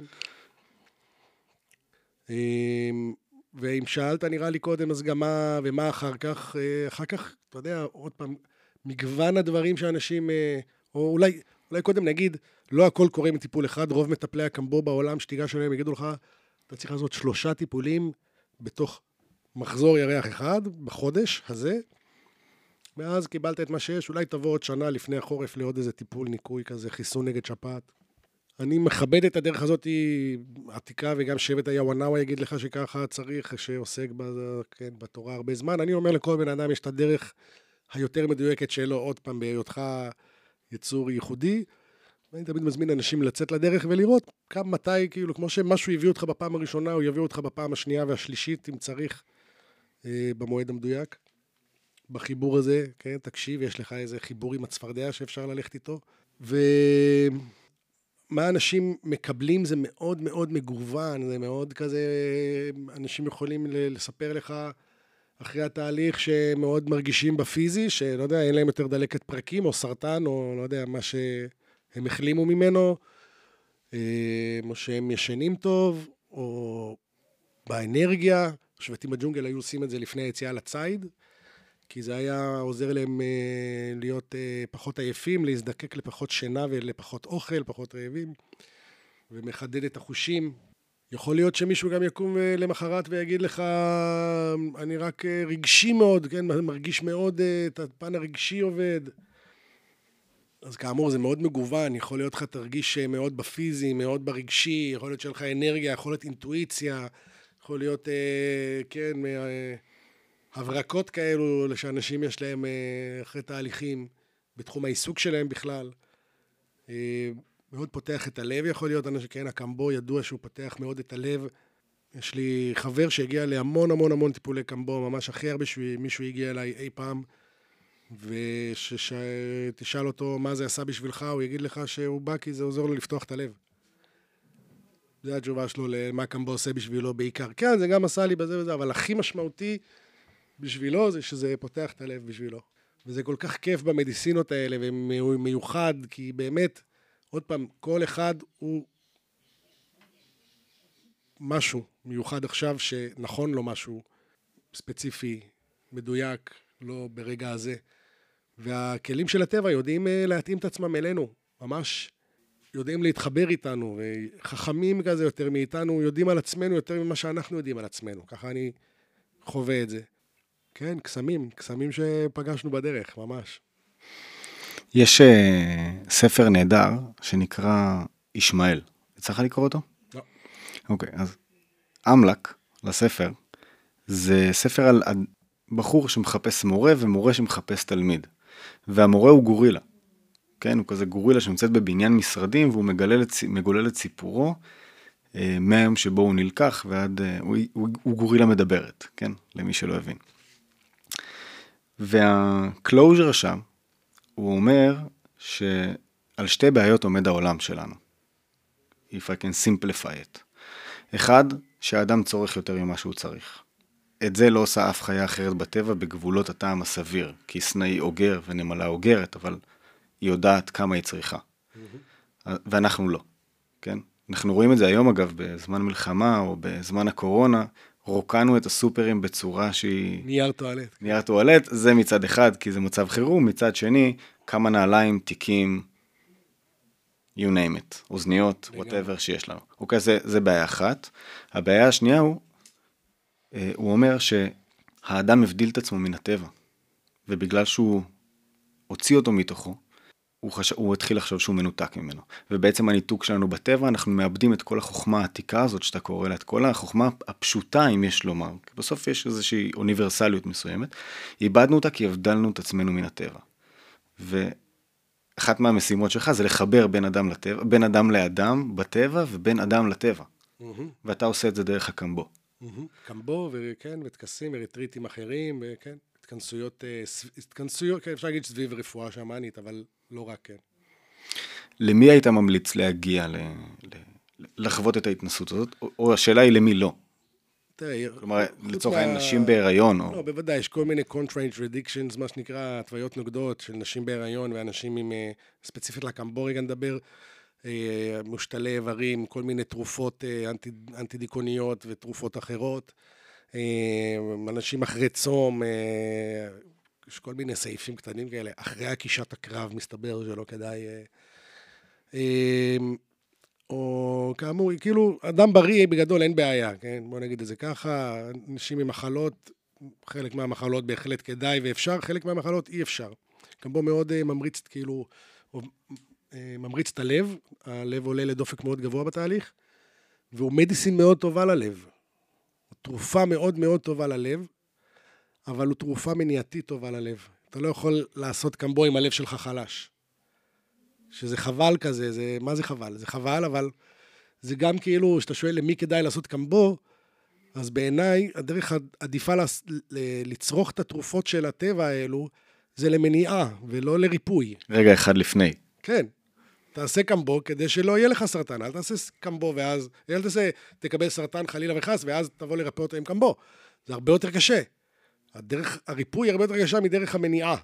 ואם שאלת נראה לי קודם, אז גם מה, ומה אחר כך, אחר כך, אתה יודע, עוד פעם, מגוון הדברים שאנשים, או אולי, אולי קודם נגיד, לא הכל קורה עם טיפול אחד, רוב מטפלי הקמבו בעולם, שתיגש עליהם, יגידו לך, אתה צריך לעשות שלושה טיפולים בתוך מחזור ירח אחד, בחודש הזה, ואז קיבלת את מה שיש, אולי תבוא עוד שנה לפני החורף לעוד איזה טיפול ניקוי כזה, חיסון נגד שפעת. אני מכבד את הדרך הזאת, היא עתיקה, וגם שבט היוונאווה יגיד לך שככה צריך, שעוסק בזה, כן, בתורה הרבה זמן. אני אומר לכל בן אדם, יש את הדרך היותר מדויקת שלו, עוד פעם, בהיותך יצור ייחודי. אני תמיד מזמין אנשים לצאת לדרך ולראות כמה מתי, כאילו, כמו שמשהו יביא אותך בפעם הראשונה, הוא יביא אותך בפעם השנייה והשלישית, אם צריך, אה, במועד המדויק. בחיבור הזה, כן, תקשיב, יש לך איזה חיבור עם הצפרדע שאפשר ללכת איתו. ו... מה אנשים מקבלים זה מאוד מאוד מגוון, זה מאוד כזה, אנשים יכולים לספר לך אחרי התהליך שמאוד מרגישים בפיזי, שלא יודע, אין להם יותר דלקת פרקים או סרטן או לא יודע, מה שהם החלימו ממנו, או שהם ישנים טוב, או באנרגיה, שבטים בג'ונגל היו עושים את זה לפני היציאה לציד, כי זה היה עוזר להם להיות פחות עייפים, להזדקק לפחות שינה ולפחות אוכל, פחות רעבים, ומחדד את החושים. יכול להיות שמישהו גם יקום למחרת ויגיד לך, אני רק רגשי מאוד, כן, מרגיש מאוד, את הפן הרגשי עובד. אז כאמור, זה מאוד מגוון, יכול להיות לך תרגיש מאוד בפיזי, מאוד ברגשי, יכול להיות שלך אנרגיה, יכול להיות אינטואיציה, יכול להיות, כן, הברקות כאלו שאנשים יש להם אחרי תהליכים, בתחום העיסוק שלהם בכלל. מאוד פותח את הלב, יכול להיות, אנשים, כן, הקמבו ידוע שהוא פותח מאוד את הלב. יש לי חבר שהגיע להמון המון המון טיפולי קמבו, ממש הכי הרבה שמישהו הגיע אליי אי פעם, ושתשאל אותו מה זה עשה בשבילך, הוא יגיד לך שהוא בא כי זה עוזר לו לפתוח את הלב. זה התשובה שלו למה קמבו עושה בשבילו בעיקר. כן, זה גם עשה לי בזה וזה, אבל הכי משמעותי בשבילו זה שזה פותח את הלב בשבילו. וזה כל כך כיף במדיסינות האלה, ומיוחד, כי באמת, עוד פעם, כל אחד הוא משהו מיוחד עכשיו, שנכון לו משהו ספציפי, מדויק, לא ברגע הזה. והכלים של הטבע יודעים להתאים את עצמם אלינו, ממש יודעים להתחבר איתנו, וחכמים כזה יותר מאיתנו, יודעים על עצמנו יותר ממה שאנחנו יודעים על עצמנו. ככה אני חווה את זה. כן, קסמים, קסמים שפגשנו בדרך, ממש. יש uh, ספר נהדר שנקרא ישמעאל. צריך לקרוא אותו? לא. אוקיי, אז אמלק לספר, זה ספר על בחור שמחפש מורה ומורה שמחפש תלמיד. והמורה הוא גורילה. כן, הוא כזה גורילה שנמצאת בבניין משרדים, והוא מגולל את, מגולל את סיפורו, uh, מהיום שבו הוא נלקח, ועד, uh, הוא, הוא, הוא גורילה מדברת, כן, למי שלא הבין. והקלוז'ר שם, הוא אומר שעל שתי בעיות עומד העולם שלנו. If I can simplify it. אחד, שהאדם צורך יותר ממה שהוא צריך. את זה לא עושה אף חיה אחרת בטבע בגבולות הטעם הסביר, כי סנאי אוגר ונמלה אוגרת, אבל היא יודעת כמה היא צריכה. Mm-hmm. ואנחנו לא, כן? אנחנו רואים את זה היום אגב, בזמן מלחמה או בזמן הקורונה, רוקנו את הסופרים בצורה שהיא... נייר טואלט. נייר טואלט, זה מצד אחד, כי זה מצב חירום, מצד שני, כמה נעליים, תיקים, you name it, אוזניות, whatever שיש לנו. אוקיי, זה, זה בעיה אחת. הבעיה השנייה הוא, הוא אומר שהאדם הבדיל את עצמו מן הטבע, ובגלל שהוא הוציא אותו מתוכו, הוא, חש... הוא התחיל לחשוב שהוא מנותק ממנו. ובעצם הניתוק שלנו בטבע, אנחנו מאבדים את כל החוכמה העתיקה הזאת, שאתה קורא לה, את כל החוכמה הפשוטה, אם יש לומר. כי בסוף יש איזושהי אוניברסליות מסוימת. איבדנו אותה כי הבדלנו את עצמנו מן הטבע. ואחת מהמשימות שלך זה לחבר בין אדם לטבע, בין אדם לאדם בטבע, ובין אדם לטבע. Mm-hmm. ואתה עושה את זה דרך הקמבו. Mm-hmm. קמבו, וכן, ותקסים, וריטריטים אחרים, וכן. התכנסויות, התכנסויות, כן, אפשר להגיד סביב רפואה שמאנית, אבל לא רק, כן. למי היית ממליץ להגיע, ל, ל, לחוות את ההתנסות הזאת? או, או השאלה היא למי לא? כלומר, לצורך העניין, נשים בהיריון. לא, בוודאי, יש כל מיני contraindications, מה שנקרא, התוויות נוגדות של נשים בהיריון, ואנשים עם, ספציפית לקמבו, רגע נדבר, מושתלי איברים, כל מיני תרופות אנטי-דיכאוניות ותרופות אחרות, אנשים אחרי צום, יש כל מיני סעיפים קטנים כאלה, אחרי הקישת הקרב, מסתבר שלא כדאי... או כאמור, כאילו, אדם בריא בגדול אין בעיה, כן? בוא נגיד את זה ככה, אנשים עם מחלות, חלק מהמחלות בהחלט כדאי ואפשר, חלק מהמחלות אי אפשר. גם בו מאוד ממריץ, כאילו, ממריץ את הלב, הלב עולה לדופק מאוד גבוה בתהליך, והוא מדיסין מאוד טובה ללב. תרופה מאוד מאוד טובה ללב, אבל הוא תרופה מניעתית טובה ללב. אתה לא יכול לעשות קמבו עם הלב שלך חלש. שזה חבל כזה, זה, מה זה חבל? זה חבל, אבל זה גם כאילו, שאתה שואל למי כדאי לעשות קמבו, אז בעיניי, הדרך עדיפה לצרוך את התרופות של הטבע האלו, זה למניעה ולא לריפוי. רגע אחד לפני. כן. תעשה קמבו כדי שלא יהיה לך סרטן. אל תעשה קמבו ואז, אל תעשה, תקבל סרטן חלילה וחס, ואז תבוא לרפא אותו עם קמבו. זה הרבה יותר קשה. הדרך, הריפוי הרבה יותר קשה מדרך המניעה.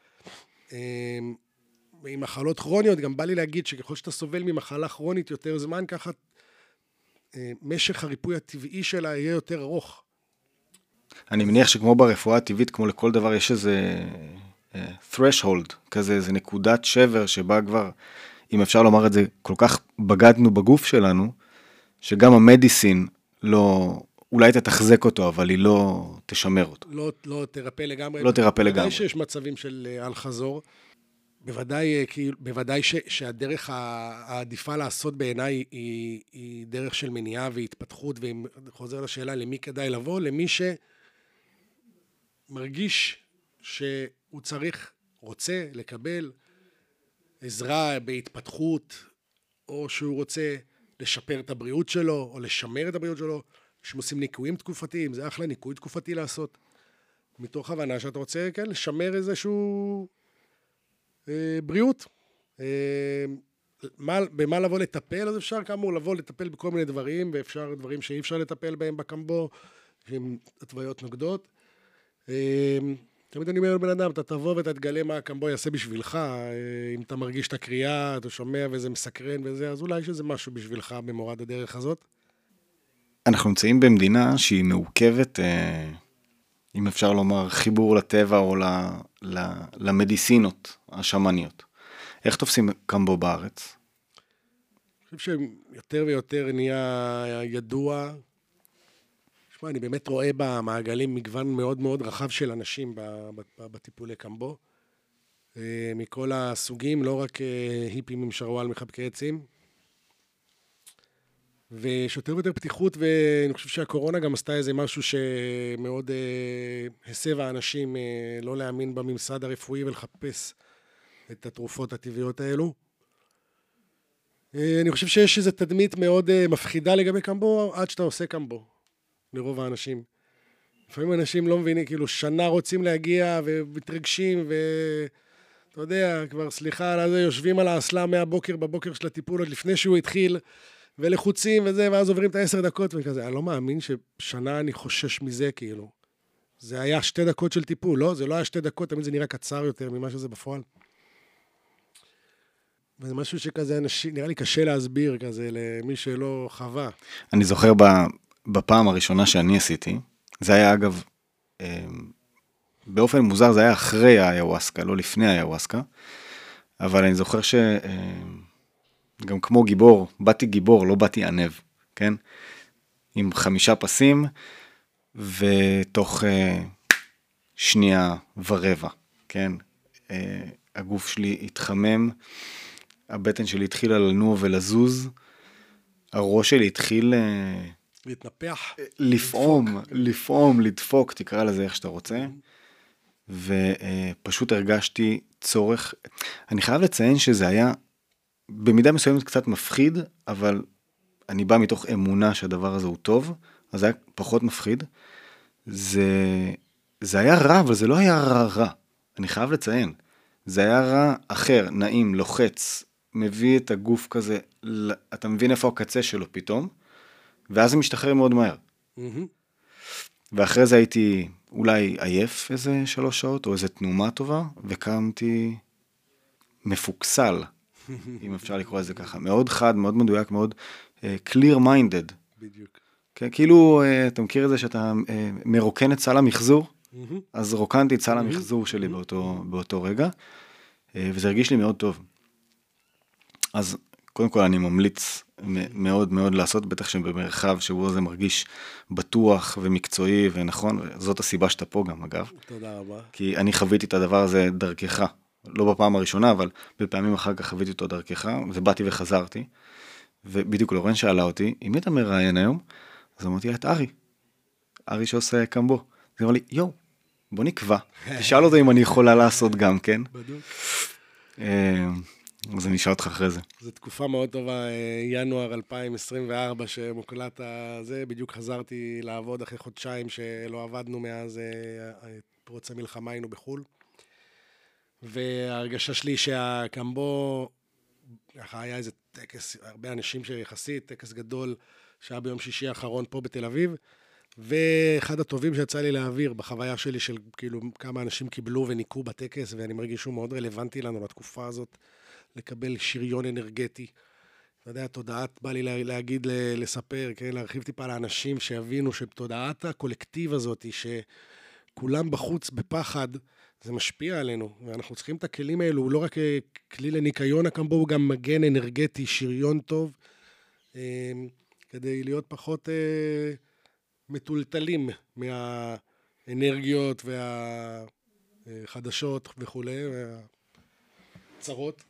עם מחלות כרוניות, גם בא לי להגיד שככל שאתה סובל ממחלה כרונית יותר זמן, ככה משך הריפוי הטבעי שלה יהיה יותר ארוך. אני מניח שכמו ברפואה הטבעית, כמו לכל דבר, יש איזה threshold, כזה, איזה נקודת שבר שבה כבר, אם אפשר לומר את זה, כל כך בגדנו בגוף שלנו, שגם המדיסין לא, אולי אתה תחזק אותו, אבל היא לא תשמר אותו. לא, לא תרפא לגמרי. לא תרפא לגמרי. בוודאי שיש מצבים של אל חזור. בוודאי, בוודאי ש, שהדרך העדיפה לעשות בעיניי היא, היא דרך של מניעה והתפתחות, ואם חוזר לשאלה למי כדאי לבוא, למי שמרגיש שהוא צריך, רוצה לקבל עזרה בהתפתחות, או שהוא רוצה לשפר את הבריאות שלו, או לשמר את הבריאות שלו, שעושים ניקויים תקופתיים, זה אחלה ניקוי תקופתי לעשות, מתוך הבנה שאתה רוצה, כן, לשמר איזשהו אה, בריאות. אה, מה, במה לבוא לטפל, אז אפשר כאמור לבוא לטפל בכל מיני דברים, ואפשר דברים שאי אפשר לטפל בהם בקמבו, עם התוויות נוגדות. אה, תמיד אני אומר לבן אדם, אתה תבוא ואתה תגלה מה הקמבו יעשה בשבילך, אם אתה מרגיש את הקריאה, אתה שומע וזה מסקרן וזה, אז אולי שזה משהו בשבילך במורד הדרך הזאת. אנחנו נמצאים במדינה שהיא מעוכבת, אם אפשר לומר, חיבור לטבע או למדיסינות השמניות. איך תופסים קמבו בארץ? אני חושב שיותר ויותר נהיה ידוע, אני באמת רואה במעגלים מגוון מאוד מאוד רחב של אנשים בטיפולי קמבו, מכל הסוגים, לא רק היפים עם שרוואל מחבקי עצים, ויש יותר ויותר פתיחות, ואני חושב שהקורונה גם עשתה איזה משהו שמאוד הסב האנשים לא להאמין בממסד הרפואי ולחפש את התרופות הטבעיות האלו. אני חושב שיש איזו תדמית מאוד מפחידה לגבי קמבו, עד שאתה עושה קמבו. לרוב האנשים. לפעמים אנשים לא מבינים, כאילו שנה רוצים להגיע ומתרגשים, ואתה יודע, כבר סליחה על זה, יושבים על האסלה מהבוקר, בבוקר של הטיפול, עוד לפני שהוא התחיל, ולחוצים וזה, ואז עוברים את העשר דקות וכזה. אני לא מאמין ששנה אני חושש מזה, כאילו. זה היה שתי דקות של טיפול, לא? זה לא היה שתי דקות, תמיד זה נראה קצר יותר ממה שזה בפועל. וזה משהו שכזה אנשים, נראה לי קשה להסביר כזה למי שלא חווה. אני זוכר ב... בפעם הראשונה שאני עשיתי, זה היה אגב, באופן מוזר זה היה אחרי האיוואסקה, לא לפני האיוואסקה, אבל אני זוכר שגם כמו גיבור, באתי גיבור, לא באתי ענב, כן? עם חמישה פסים, ותוך שנייה ורבע, כן? הגוף שלי התחמם, הבטן שלי התחילה לנוע ולזוז, הראש שלי התחיל... להתנפח. לפעום, לפעום, לדפוק, תקרא לזה איך שאתה רוצה. ופשוט הרגשתי צורך. אני חייב לציין שזה היה במידה מסוימת קצת מפחיד, אבל אני בא מתוך אמונה שהדבר הזה הוא טוב, אז זה היה פחות מפחיד. זה, זה היה רע, אבל זה לא היה רע רע. אני חייב לציין. זה היה רע אחר, נעים, לוחץ, מביא את הגוף כזה, אתה מבין איפה הקצה שלו פתאום, ואז זה משתחרר מאוד מהר. ואחרי זה הייתי אולי עייף איזה שלוש שעות, או איזה תנומה טובה, וקמתי מפוקסל, אם אפשר לקרוא לזה ככה, מאוד חד, מאוד מדויק, מאוד uh, clear minded. בדיוק. כן, כאילו, uh, אתה מכיר את זה שאתה uh, מרוקן את סל המחזור? Mm-hmm. אז רוקנתי את סל mm-hmm. המחזור שלי mm-hmm. באותו, באותו רגע, uh, וזה הרגיש לי מאוד טוב. אז קודם כל אני ממליץ מאוד מאוד לעשות, בטח שבמרחב שבו זה מרגיש בטוח ומקצועי ונכון, וזאת הסיבה שאתה פה גם אגב. תודה רבה. כי אני חוויתי את הדבר הזה דרכך, לא בפעם הראשונה, אבל בפעמים אחר כך חוויתי אותו דרכך, ובאתי וחזרתי, ובדיוק לורן שאלה אותי, אם אתה מראיין היום? אז אמרתי לה את ארי, ארי שעושה קמבו. אז אמר לי, יו, בוא נקבע, תשאל אותו אם אני יכולה לעשות גם, כן? בדיוק. אז אני אשאל אותך אחרי זה. זו תקופה מאוד טובה, ינואר אלפיים עשרים וארבע שמוקלט הזה, בדיוק חזרתי לעבוד אחרי חודשיים שלא עבדנו מאז פרוץ המלחמה, היינו בחול. וההרגשה שלי שהקמבו, היה איזה טקס, הרבה אנשים שיחסית, טקס גדול שהיה ביום שישי האחרון פה בתל אביב, ואחד הטובים שיצא לי להעביר בחוויה שלי של כאילו כמה אנשים קיבלו וניקו בטקס, ואני מרגיש שהוא מאוד רלוונטי לנו לתקופה הזאת, לקבל שריון אנרגטי. אתה יודע, תודעת, בא לי להגיד, לספר, כן, להרחיב טיפה לאנשים שיבינו שתודעת הקולקטיב הזאת, שכולם בחוץ בפחד, זה משפיע עלינו, ואנחנו צריכים את הכלים האלו, הוא לא רק כלי לניקיון הקמבו, הוא גם מגן אנרגטי, שריון טוב, כדי להיות פחות מטולטלים מהאנרגיות והחדשות וכו', והצרות.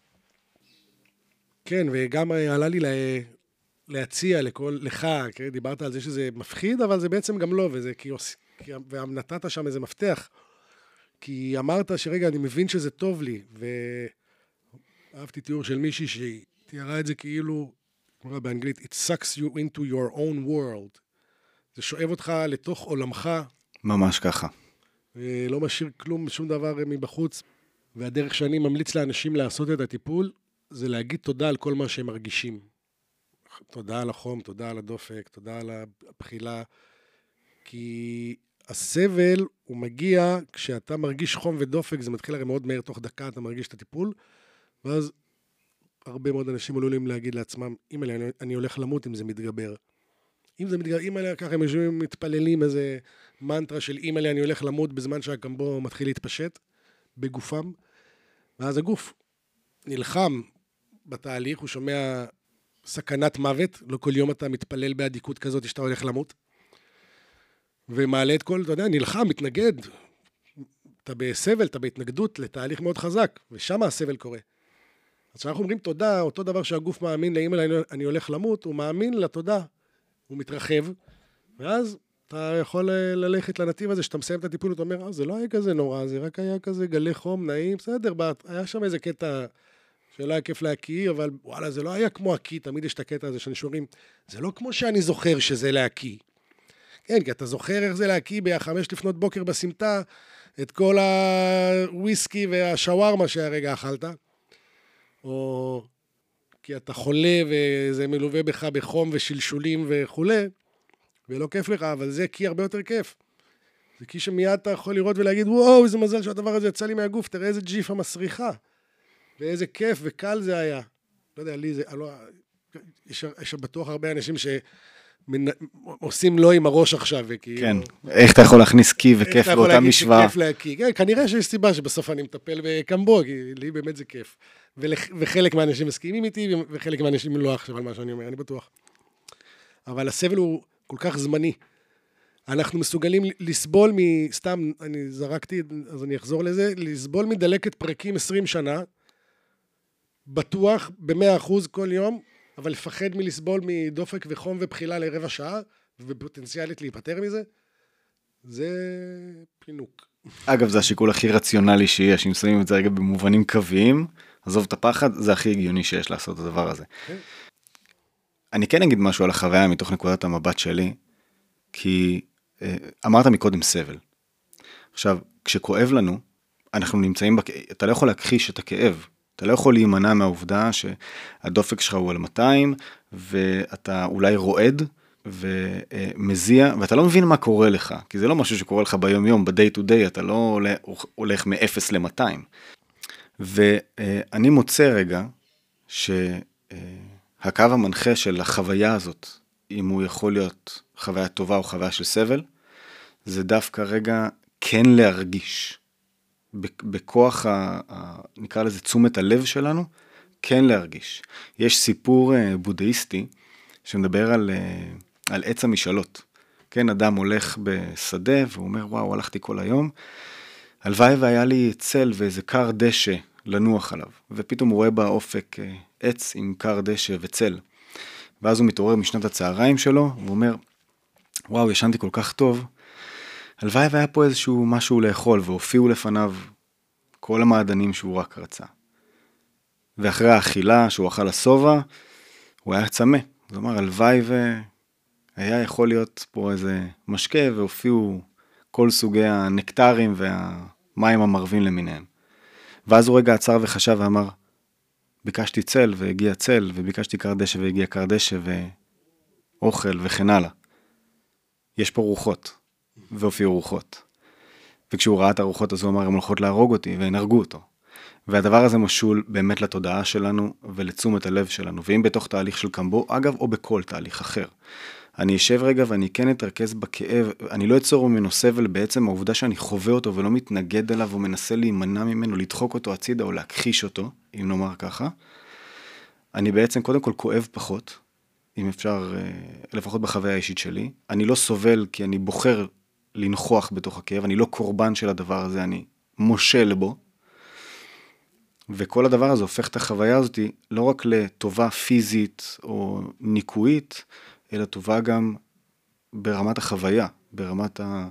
כן, וגם עלה לי להציע לכל, לך, כן, דיברת על זה שזה מפחיד, אבל זה בעצם גם לא, וזה כי, ונתת שם איזה מפתח, כי אמרת שרגע, אני מבין שזה טוב לי, ואהבתי תיאור של מישהי שתיארה את זה כאילו, כמו באנגלית, it sucks you into your own world. זה שואב אותך לתוך עולמך. ממש ככה. ולא משאיר כלום, שום דבר מבחוץ, והדרך שאני ממליץ לאנשים לעשות את הטיפול, זה להגיד תודה על כל מה שהם מרגישים. תודה על החום, תודה על הדופק, תודה על הבחילה, כי הסבל הוא מגיע כשאתה מרגיש חום ודופק, זה מתחיל הרי מאוד מהר, תוך דקה אתה מרגיש את הטיפול, ואז הרבה מאוד אנשים עלולים להגיד לעצמם, אם אני, אני הולך למות אם זה מתגבר. אם זה מתגבר, אם אני ככה, הם מתפללים איזה מנטרה של אם אני הולך למות בזמן שהקמבו מתחיל להתפשט בגופם, ואז הגוף נלחם בתהליך, הוא שומע סכנת מוות, לא כל יום אתה מתפלל באדיקות כזאת שאתה הולך למות, ומעלה את כל, אתה יודע, נלחם, מתנגד, אתה בסבל, אתה בהתנגדות לתהליך מאוד חזק, ושם הסבל קורה. אז כשאנחנו אומרים תודה, אותו דבר שהגוף מאמין לאם אני הולך למות, הוא מאמין לתודה, הוא מתרחב, ואז אתה יכול ללכת לנתיב הזה, שאתה מסיים את הטיפול, אתה אומר, אה, זה לא היה כזה נורא, זה רק היה כזה גלי חום, נעים, בסדר, היה שם איזה קטע שלא היה כיף להקיא, אבל וואלה, זה לא היה כמו הקיא, תמיד יש את הקטע הזה שאנשים אומרים, זה לא כמו שאני זוכר שזה להקיא. כן, כי אתה זוכר איך זה להקיא בחמש לפנות בוקר בסמטה, את כל הוויסקי והשווארמה שהרגע אכלת, או כי אתה חולה וזה מלווה בך בחום ושלשולים וכו', ולא כיף לך, אבל זה קיא הרבה יותר כיף. זה קיא שמיד אתה יכול לראות ולהגיד, וואו, איזה מזל שהדבר הזה יצא לי מהגוף, תראה איזה ג'יפה מסריחה, ואיזה כיף וקל זה היה. לא יודע, לי זה, לא, יש, יש בטוח הרבה אנשים ש... עושים לא עם הראש עכשיו, וכאילו... כן, איך אתה יכול להכניס קי וכיף באותה משוואה? איך אתה יכול להגיד שכיף להקיא? כנראה שיש סיבה שבסוף אני מטפל בקמבו, כי לי באמת זה כיף. וחלק מהאנשים מסכימים איתי, וחלק מהאנשים לא עכשיו על מה שאני אומר, אני בטוח. אבל הסבל הוא כל כך זמני. אנחנו מסוגלים לסבול מסתם, אני זרקתי, אז אני אחזור לזה, לסבול מדלקת פרקים עשרים שנה, בטוח, ב-מאה אחוז כל יום, אבל לפחד מלסבול מדופק וחום ובחילה לרבע שעה, ובפוטנציאלית להיפטר מזה, זה פינוק. אגב, זה השיקול הכי רציונלי שיש, אם שמים את זה רגע במובנים קוויים, עזוב את הפחד, זה הכי הגיוני שיש לעשות את הדבר הזה. Okay. אני כן אגיד משהו על החוויה מתוך נקודת המבט שלי, כי אמרת מקודם סבל. עכשיו, כשכואב לנו, אנחנו נמצאים, בכ... אתה לא יכול להכחיש את הכאב, אתה לא יכול להימנע מהעובדה שהדופק שלך הוא על מאתיים, ואתה אולי רועד, ומזיע, ואתה לא מבין מה קורה לך, כי זה לא משהו שקורה לך ביום יום, ב-day to day, אתה לא הולך מ-אפס ל-מאתיים. ואני מוצא רגע, שהקו המנחה של החוויה הזאת, אם הוא יכול להיות חוויה טובה או חוויה של סבל, זה דווקא רגע כן להרגיש, בכוח, ה, ה, נקרא לזה תשומת הלב שלנו, כן להרגיש. יש סיפור בודהיסטי, שמדבר על, על עץ המשאלות. כן, אדם הולך בשדה, והוא אומר, וואו, הלכתי כל היום, הלוואי והיה לי צל ואיזה קר דשא לנוח עליו, ופתאום הוא רואה באופק עץ עם קר דשא וצל. ואז הוא מתעורר משנת הצהריים שלו, והוא אומר, וואו, ישנתי כל כך טוב, הלוואי והיה פה איזשהו משהו לאכול, והופיעו לפניו כל המעדנים שהוא רק רצה. ואחרי האכילה, שהוא אכל הסובה, הוא היה צמא. זאת אומרת, הלוואי והיה יכול להיות פה איזה משקה, והופיעו כל סוגי הנקטרים והמים המרווים למיניהם. ואז הוא רגע עצר וחשב ואמר, ביקשתי צל והגיע צל, וביקשתי קרדשא והגיע קרדשא, ואוכל וכן הלאה. יש פה רוחות, והופיעו רוחות. וכשהוא ראה את הרוחות, אז הוא אמר, הם הולכות להרוג אותי, והן הרגו אותו. והדבר הזה משול באמת לתודעה שלנו, ולתשומת הלב שלנו. ואם בתוך תהליך של קמבו, אגב, או בכל תהליך אחר. אני אשב רגע ואני כן אתרכז בכאב, אני לא אצור ממנו סבל, בעצם העובדה שאני חווה אותו ולא מתנגד אליו, ומנסה להימנע ממנו, לדחוק אותו הצידה, או להכחיש אותו, אם נאמר ככה. אני בעצם קודם כל כואב פחות, אם אפשר, לפחות בחוויה האישית שלי. אני לא סובל כי אני בוחר לנחוח בתוך הכאב, אני לא קורבן של הדבר הזה, אני מושל בו. וכל הדבר הזה הופך את החוויה הזאת לא רק לטובה פיזית או ניקוית, אלא טובה גם ברמת החוויה, ברמת ה...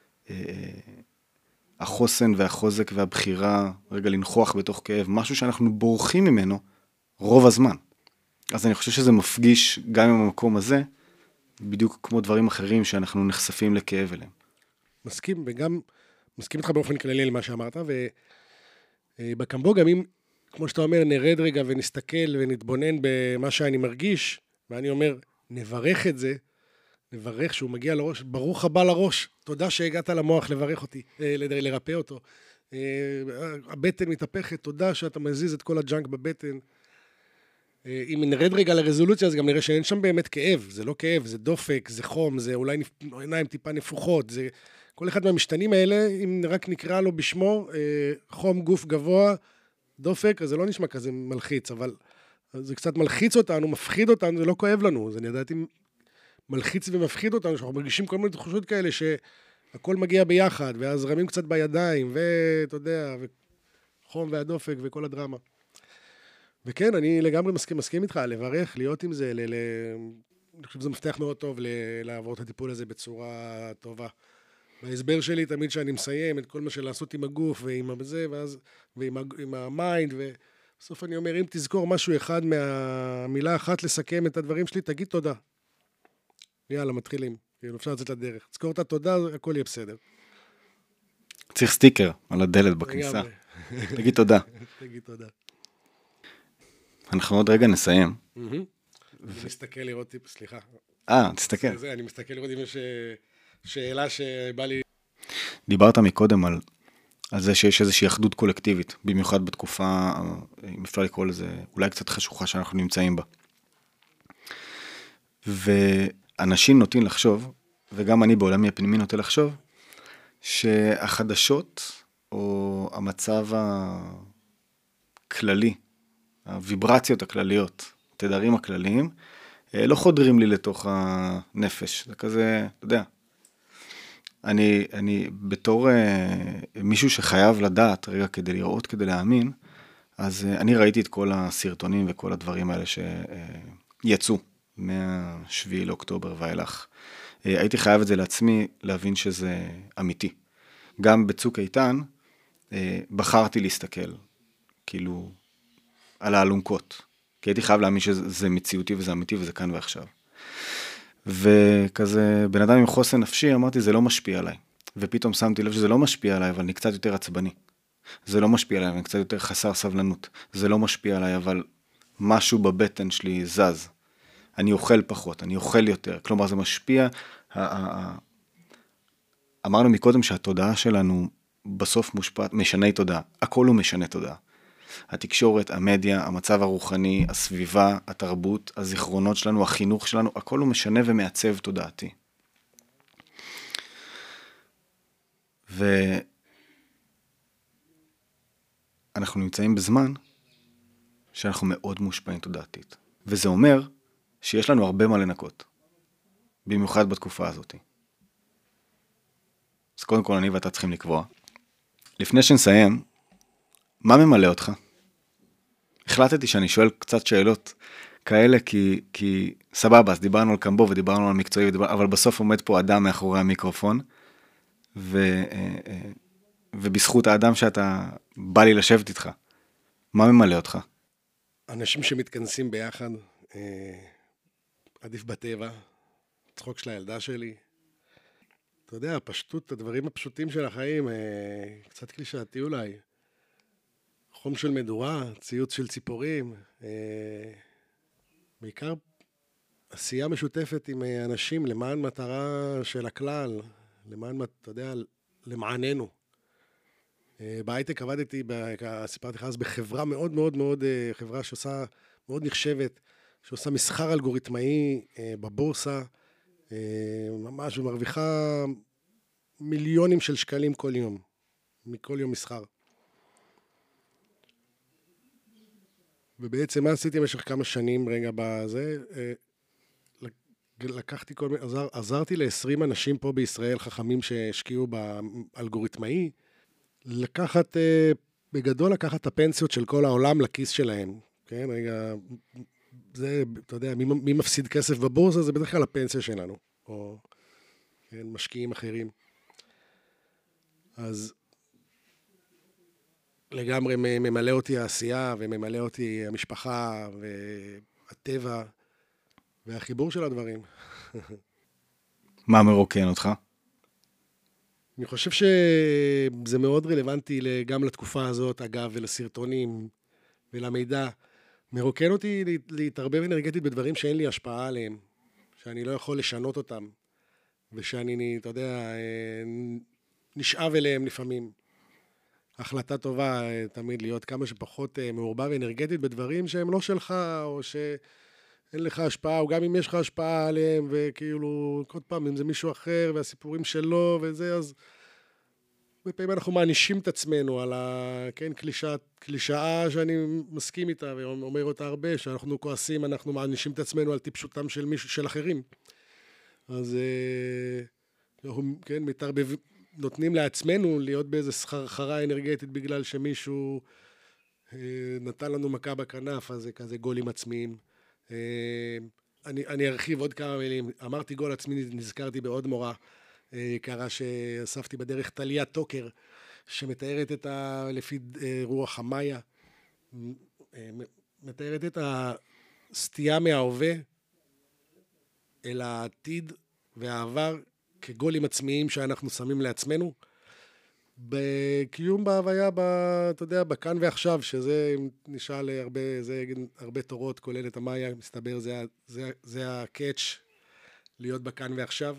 החוסן והחוזק והבחירה, רגע לנחוח בתוך כאב, משהו שאנחנו בורחים ממנו רוב הזמן. אז אני חושב שזה מפגיש גם עם המקום הזה, בדיוק כמו דברים אחרים שאנחנו נחשפים לכאב אליהם. מסכים, וגם מסכים איתך באופן כללי למה שאמרת, ובקמבו גם אם, כמו שאתה אומר, נרד רגע ונסתכל ונתבונן במה שאני מרגיש, ואני אומר, נברך את זה, נברך שהוא מגיע לראש, ברוך הבא לראש, תודה שהגעת למוח לברך אותי, ל- לרפא אותו. הבטן מתהפכת, תודה שאתה מזיז את כל הג'אנק בבטן. אם נרד רגע לרזולוציה, אז גם נראה שאין שם באמת כאב, זה לא כאב, זה דופק, זה חום, זה אולי עיניים טיפה נפוחות, זה כל אחד מהמשתנים האלה, אם רק נקרא לו בשמו, חום גוף גבוה, דופק, אז זה לא נשמע כזה מלחיץ, אבל זה קצת מלחיץ אותנו, מפחיד אותנו, זה לא כואב לנו, זה נדעתי מלחיץ ומפחיד אותנו, שאנחנו מרגישים כל מיני תחושות כאלה, שהכל מגיע ביחד, ואז רמים קצת בידיים, ואתה יודע, וחום והדופק וכל הדרמה. וכן, אני לגמרי מסכים, מסכים איתך, לברך, להיות עם זה, ל- ל- אני חושב שזה מפתח מאוד טוב ל- לעבור את הטיפול הזה בצורה טובה. וההסבר שלי תמיד שאני מסיים את כל מה שלעשות עם הגוף ועם זה, ואז, ועם עם המיינד, ובסוף אני אומר, אם תזכור משהו אחד מהמילה אחת לסכם את הדברים שלי, תגיד תודה. יאללה, מתחילים. כאילו, אפשר לצאת לדרך. תזכור את התודה, הכל יהיה בסדר. צריך סטיקר על הדלת בכניסה. תגיד תודה. תגיד תודה. אנחנו עוד רגע נסיים. אני מסתכל לראות טיפ, סליחה. אה, תסתכל. אני מסתכל לראות אם יש שאלה שבא לי... דיברת מקודם על, על זה שיש איזושהי אחדות קולקטיבית, במיוחד בתקופה, אם אפשר לקרוא לזה, אולי קצת חשוכה שאנחנו נמצאים בה. ואנשים נוטים לחשוב, וגם אני בעולמי הפנימי נוטה לחשוב, שהחדשות, או המצב הכללי, הוויברציות הכלליות, תדרים הכלליים, לא חודרים לי לתוך הנפש. זה כזה, אתה יודע, אני, אני בתור מישהו שחייב לדעת, רגע, כדי לראות, כדי להאמין, אז אני ראיתי את כל הסרטונים וכל הדברים האלה שיצאו מהשביעי לאוקטובר ואילך. הייתי חייב את זה לעצמי, להבין שזה אמיתי. גם בצוק איתן, בחרתי להסתכל, כאילו, על האלונקות. כי הייתי חייב להאמין שזה מציאותי וזה אמיתי וזה כאן ועכשיו. וכזה, בן אדם עם חוסן נפשי, אמרתי, זה לא משפיע עליי. ופתאום שמתי לב שזה לא משפיע עליי, אבל אני קצת יותר עצבני. זה לא משפיע עליי, אני קצת יותר חסר סבלנות. זה לא משפיע עליי, אבל משהו בבטן שלי זז. אני אוכל פחות, אני אוכל יותר, כלומר זה משפיע, אמרנו מקודם שהתודעה שלנו בסוף מושפעת, משנה תודעה, הכל הוא משנה תודעה. התקשורת, המדיה, המצב הרוחני, הסביבה, התרבות, הזיכרונות שלנו, החינוך שלנו, הכל הוא משנה ומעצב תודעתי. ואנחנו נמצאים בזמן שאנחנו מאוד מושפעים תודעתית. וזה אומר שיש לנו הרבה מה לנקות, במיוחד בתקופה הזאת. אז קודם כל אני ואתה צריכים לקבוע. לפני שנסיים, מה ממלא אותך? החלטתי שאני שואל קצת שאלות כאלה, כי, כי סבבה, אז דיברנו על קמבו ודיברנו על מקצועי, ודיבר, אבל בסוף עומד פה אדם מאחורי המיקרופון, ו, ובזכות האדם שאתה בא לי לשבת איתך, מה ממלא אותך? אנשים שמתכנסים ביחד, עדיף בטבע, צחוק של הילדה שלי, אתה יודע, הפשטות, הדברים הפשוטים של החיים, קצת קלישאתי אולי, חום של מדורה, ציוץ של ציפורים, בעיקר עשייה משותפת עם אנשים למען מטרה של הכלל, למען, אתה יודע, למעננו. בהייטק עבדתי, סיפרתי לך אז, בחברה מאוד מאוד מאוד, חברה שעושה, מאוד נחשבת, שעושה מסחר אלגוריתמאי בבורסה, ממש, ומרוויחה מיליונים של שקלים כל יום, מכל יום מסחר. ובעצם מה עשיתי במשך כמה שנים רגע בזה, לקחתי כל מיני, עזר, עזרתי ל-עשרים אנשים פה בישראל, חכמים שהשקיעו באלגוריתמאי, לקחת, בגדול לקחת את הפנסיות של כל העולם לכיס שלהם, כן, רגע, זה, אתה יודע, מי, מי מפסיד כסף בבורסה, זה בדרך כלל הפנסיה שלנו, או כן, משקיעים אחרים. אז לגמרי ממלא אותי העשייה, וממלא אותי המשפחה, והטבע, והחיבור של הדברים. מה מרוקן אותך? אני חושב שזה מאוד רלוונטי גם לתקופה הזאת, אגב, ולסרטונים, ולמידע. מרוקן אותי להתערבב אנרגטית בדברים שאין לי השפעה עליהם, שאני לא יכול לשנות אותם, ושאני, אתה יודע, נשאב אליהם לפעמים. החלטה טובה תמיד להיות כמה שפחות מעורבב אנרגטית בדברים שהם לא שלך, או שאין לך השפעה, או גם אם יש לך השפעה עליהם, וכאילו, כל פעם, אם זה מישהו אחר, והסיפורים שלו, וזה, אז בפעמים אנחנו מענישים את עצמנו על ה... כן, קלישאה, קלישאה שאני מסכים איתה, ואומר אותה הרבה, שאנחנו כועסים, אנחנו מענישים את עצמנו על טיפשותם של מישהו, של אחרים. אז, אנחנו, כן, מתערבב... נותנים לעצמנו להיות באיזה סחרחרה אנרגטית בגלל שמישהו נתן לנו מכה בכנף, אז זה כזה גולים עצמיים. אני, אני ארחיב עוד כמה מילים. אמרתי גול עצמי, נזכרתי בעוד מורה, קרה שאספתי בדרך טליה טוקר, שמתארת את ה... לפי רוח המאיה, מתארת את הסטייה מההווה אל העתיד והעבר, כגולים עצמיים שאנחנו שמים לעצמנו, בקיום בהוויה, ב, אתה יודע, בכאן ועכשיו, שזה נשאל הרבה, זה הרבה תורות, כולל את המאיה, מסתבר, זה, זה, זה הקאץ' להיות בכאן ועכשיו.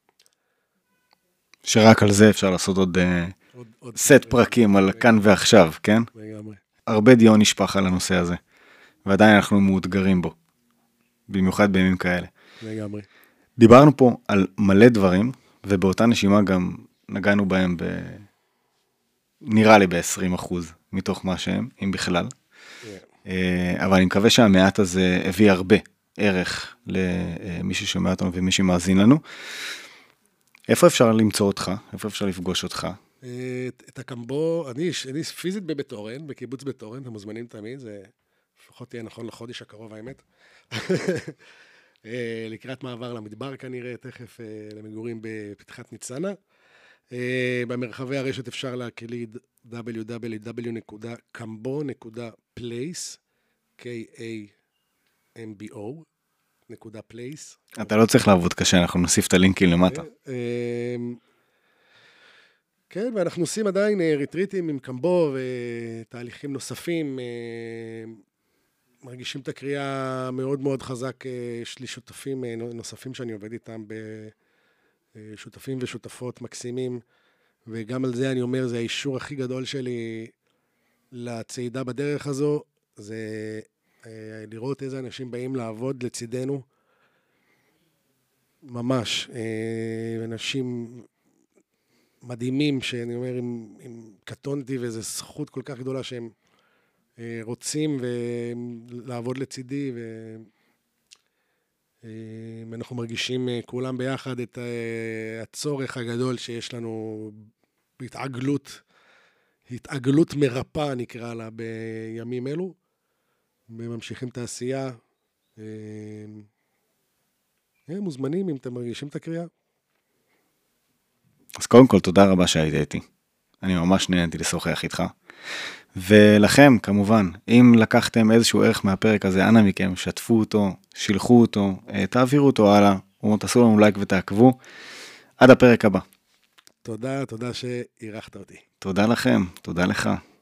שרק על זה אפשר לעשות עוד, עוד, עוד סט פרקים על כאן ועכשיו, כן? לגמרי. הרבה דיון נשפך על הנושא הזה, ועדיין אנחנו מאותגרים בו, במיוחד בימים כאלה. לגמרי. דיברנו פה על מלא דברים, ובאותה נשימה גם נגענו בהם ב... נראה לי ב-עשרים אחוז מתוך מה שהם, אם בכלל. Yeah. אבל אני מקווה שהמעט הזה הביא הרבה ערך למי ששומע אותנו ומי שמאזין לנו. איפה אפשר למצוא אותך? איפה אפשר לפגוש אותך? את הקמבו, אני, אני פיזית בבית אורן, בקיבוץ בית אורן, אתם מוזמנים תמיד, זה לפחות תהיה נכון לחודש הקרוב האמת. לקראת מעבר למדבר כנראה, תכף למגורים בפתחת ניצנה. במרחבי הרשת אפשר להקליד דאבליו דאבליו דאבליו נקודה קמבו נקודה פלייס, K-A-M-B-O, נקודה פלייס. אתה לא צריך לעבוד קשה, אנחנו נוסיף את הלינקים למטה. כן, ואנחנו עושים עדיין ריטריטים עם קמבו ותהליכים נוספים, מרגישים את הקריאה מאוד מאוד חזק. יש לי שותפים נוספים שאני עובד איתם, שותפים ושותפות מקסימים, וגם על זה אני אומר, זה האישור הכי גדול שלי לצעידה בדרך הזו, זה לראות איזה אנשים באים לעבוד לצידנו, ממש, אנשים מדהימים, שאני אומר, עם, עם קטונתי, וזו זכות כל כך גדולה שהם רוצים לעבוד לצידי, ואנחנו מרגישים כולם ביחד את הצורך הגדול שיש לנו בהתעגלות, התעגלות מרפא נקרא לה בימים אלו, וממשיכים את העשייה. הם מוזמנים אם אתם מרגישים את הקריאה. אז קודם כל תודה רבה שהיית איתי, אני ממש נהניתי לשוחח איתך. ולכם כמובן, אם לקחתם איזשהו ערך מהפרק הזה, אנא מכם, שתפו אותו, שילחו אותו, תעבירו אותו הלאה, ותעשו לנו לייק ותעקבו. עד הפרק הבא. תודה, תודה שאירחת אותי. תודה לכם, תודה לך.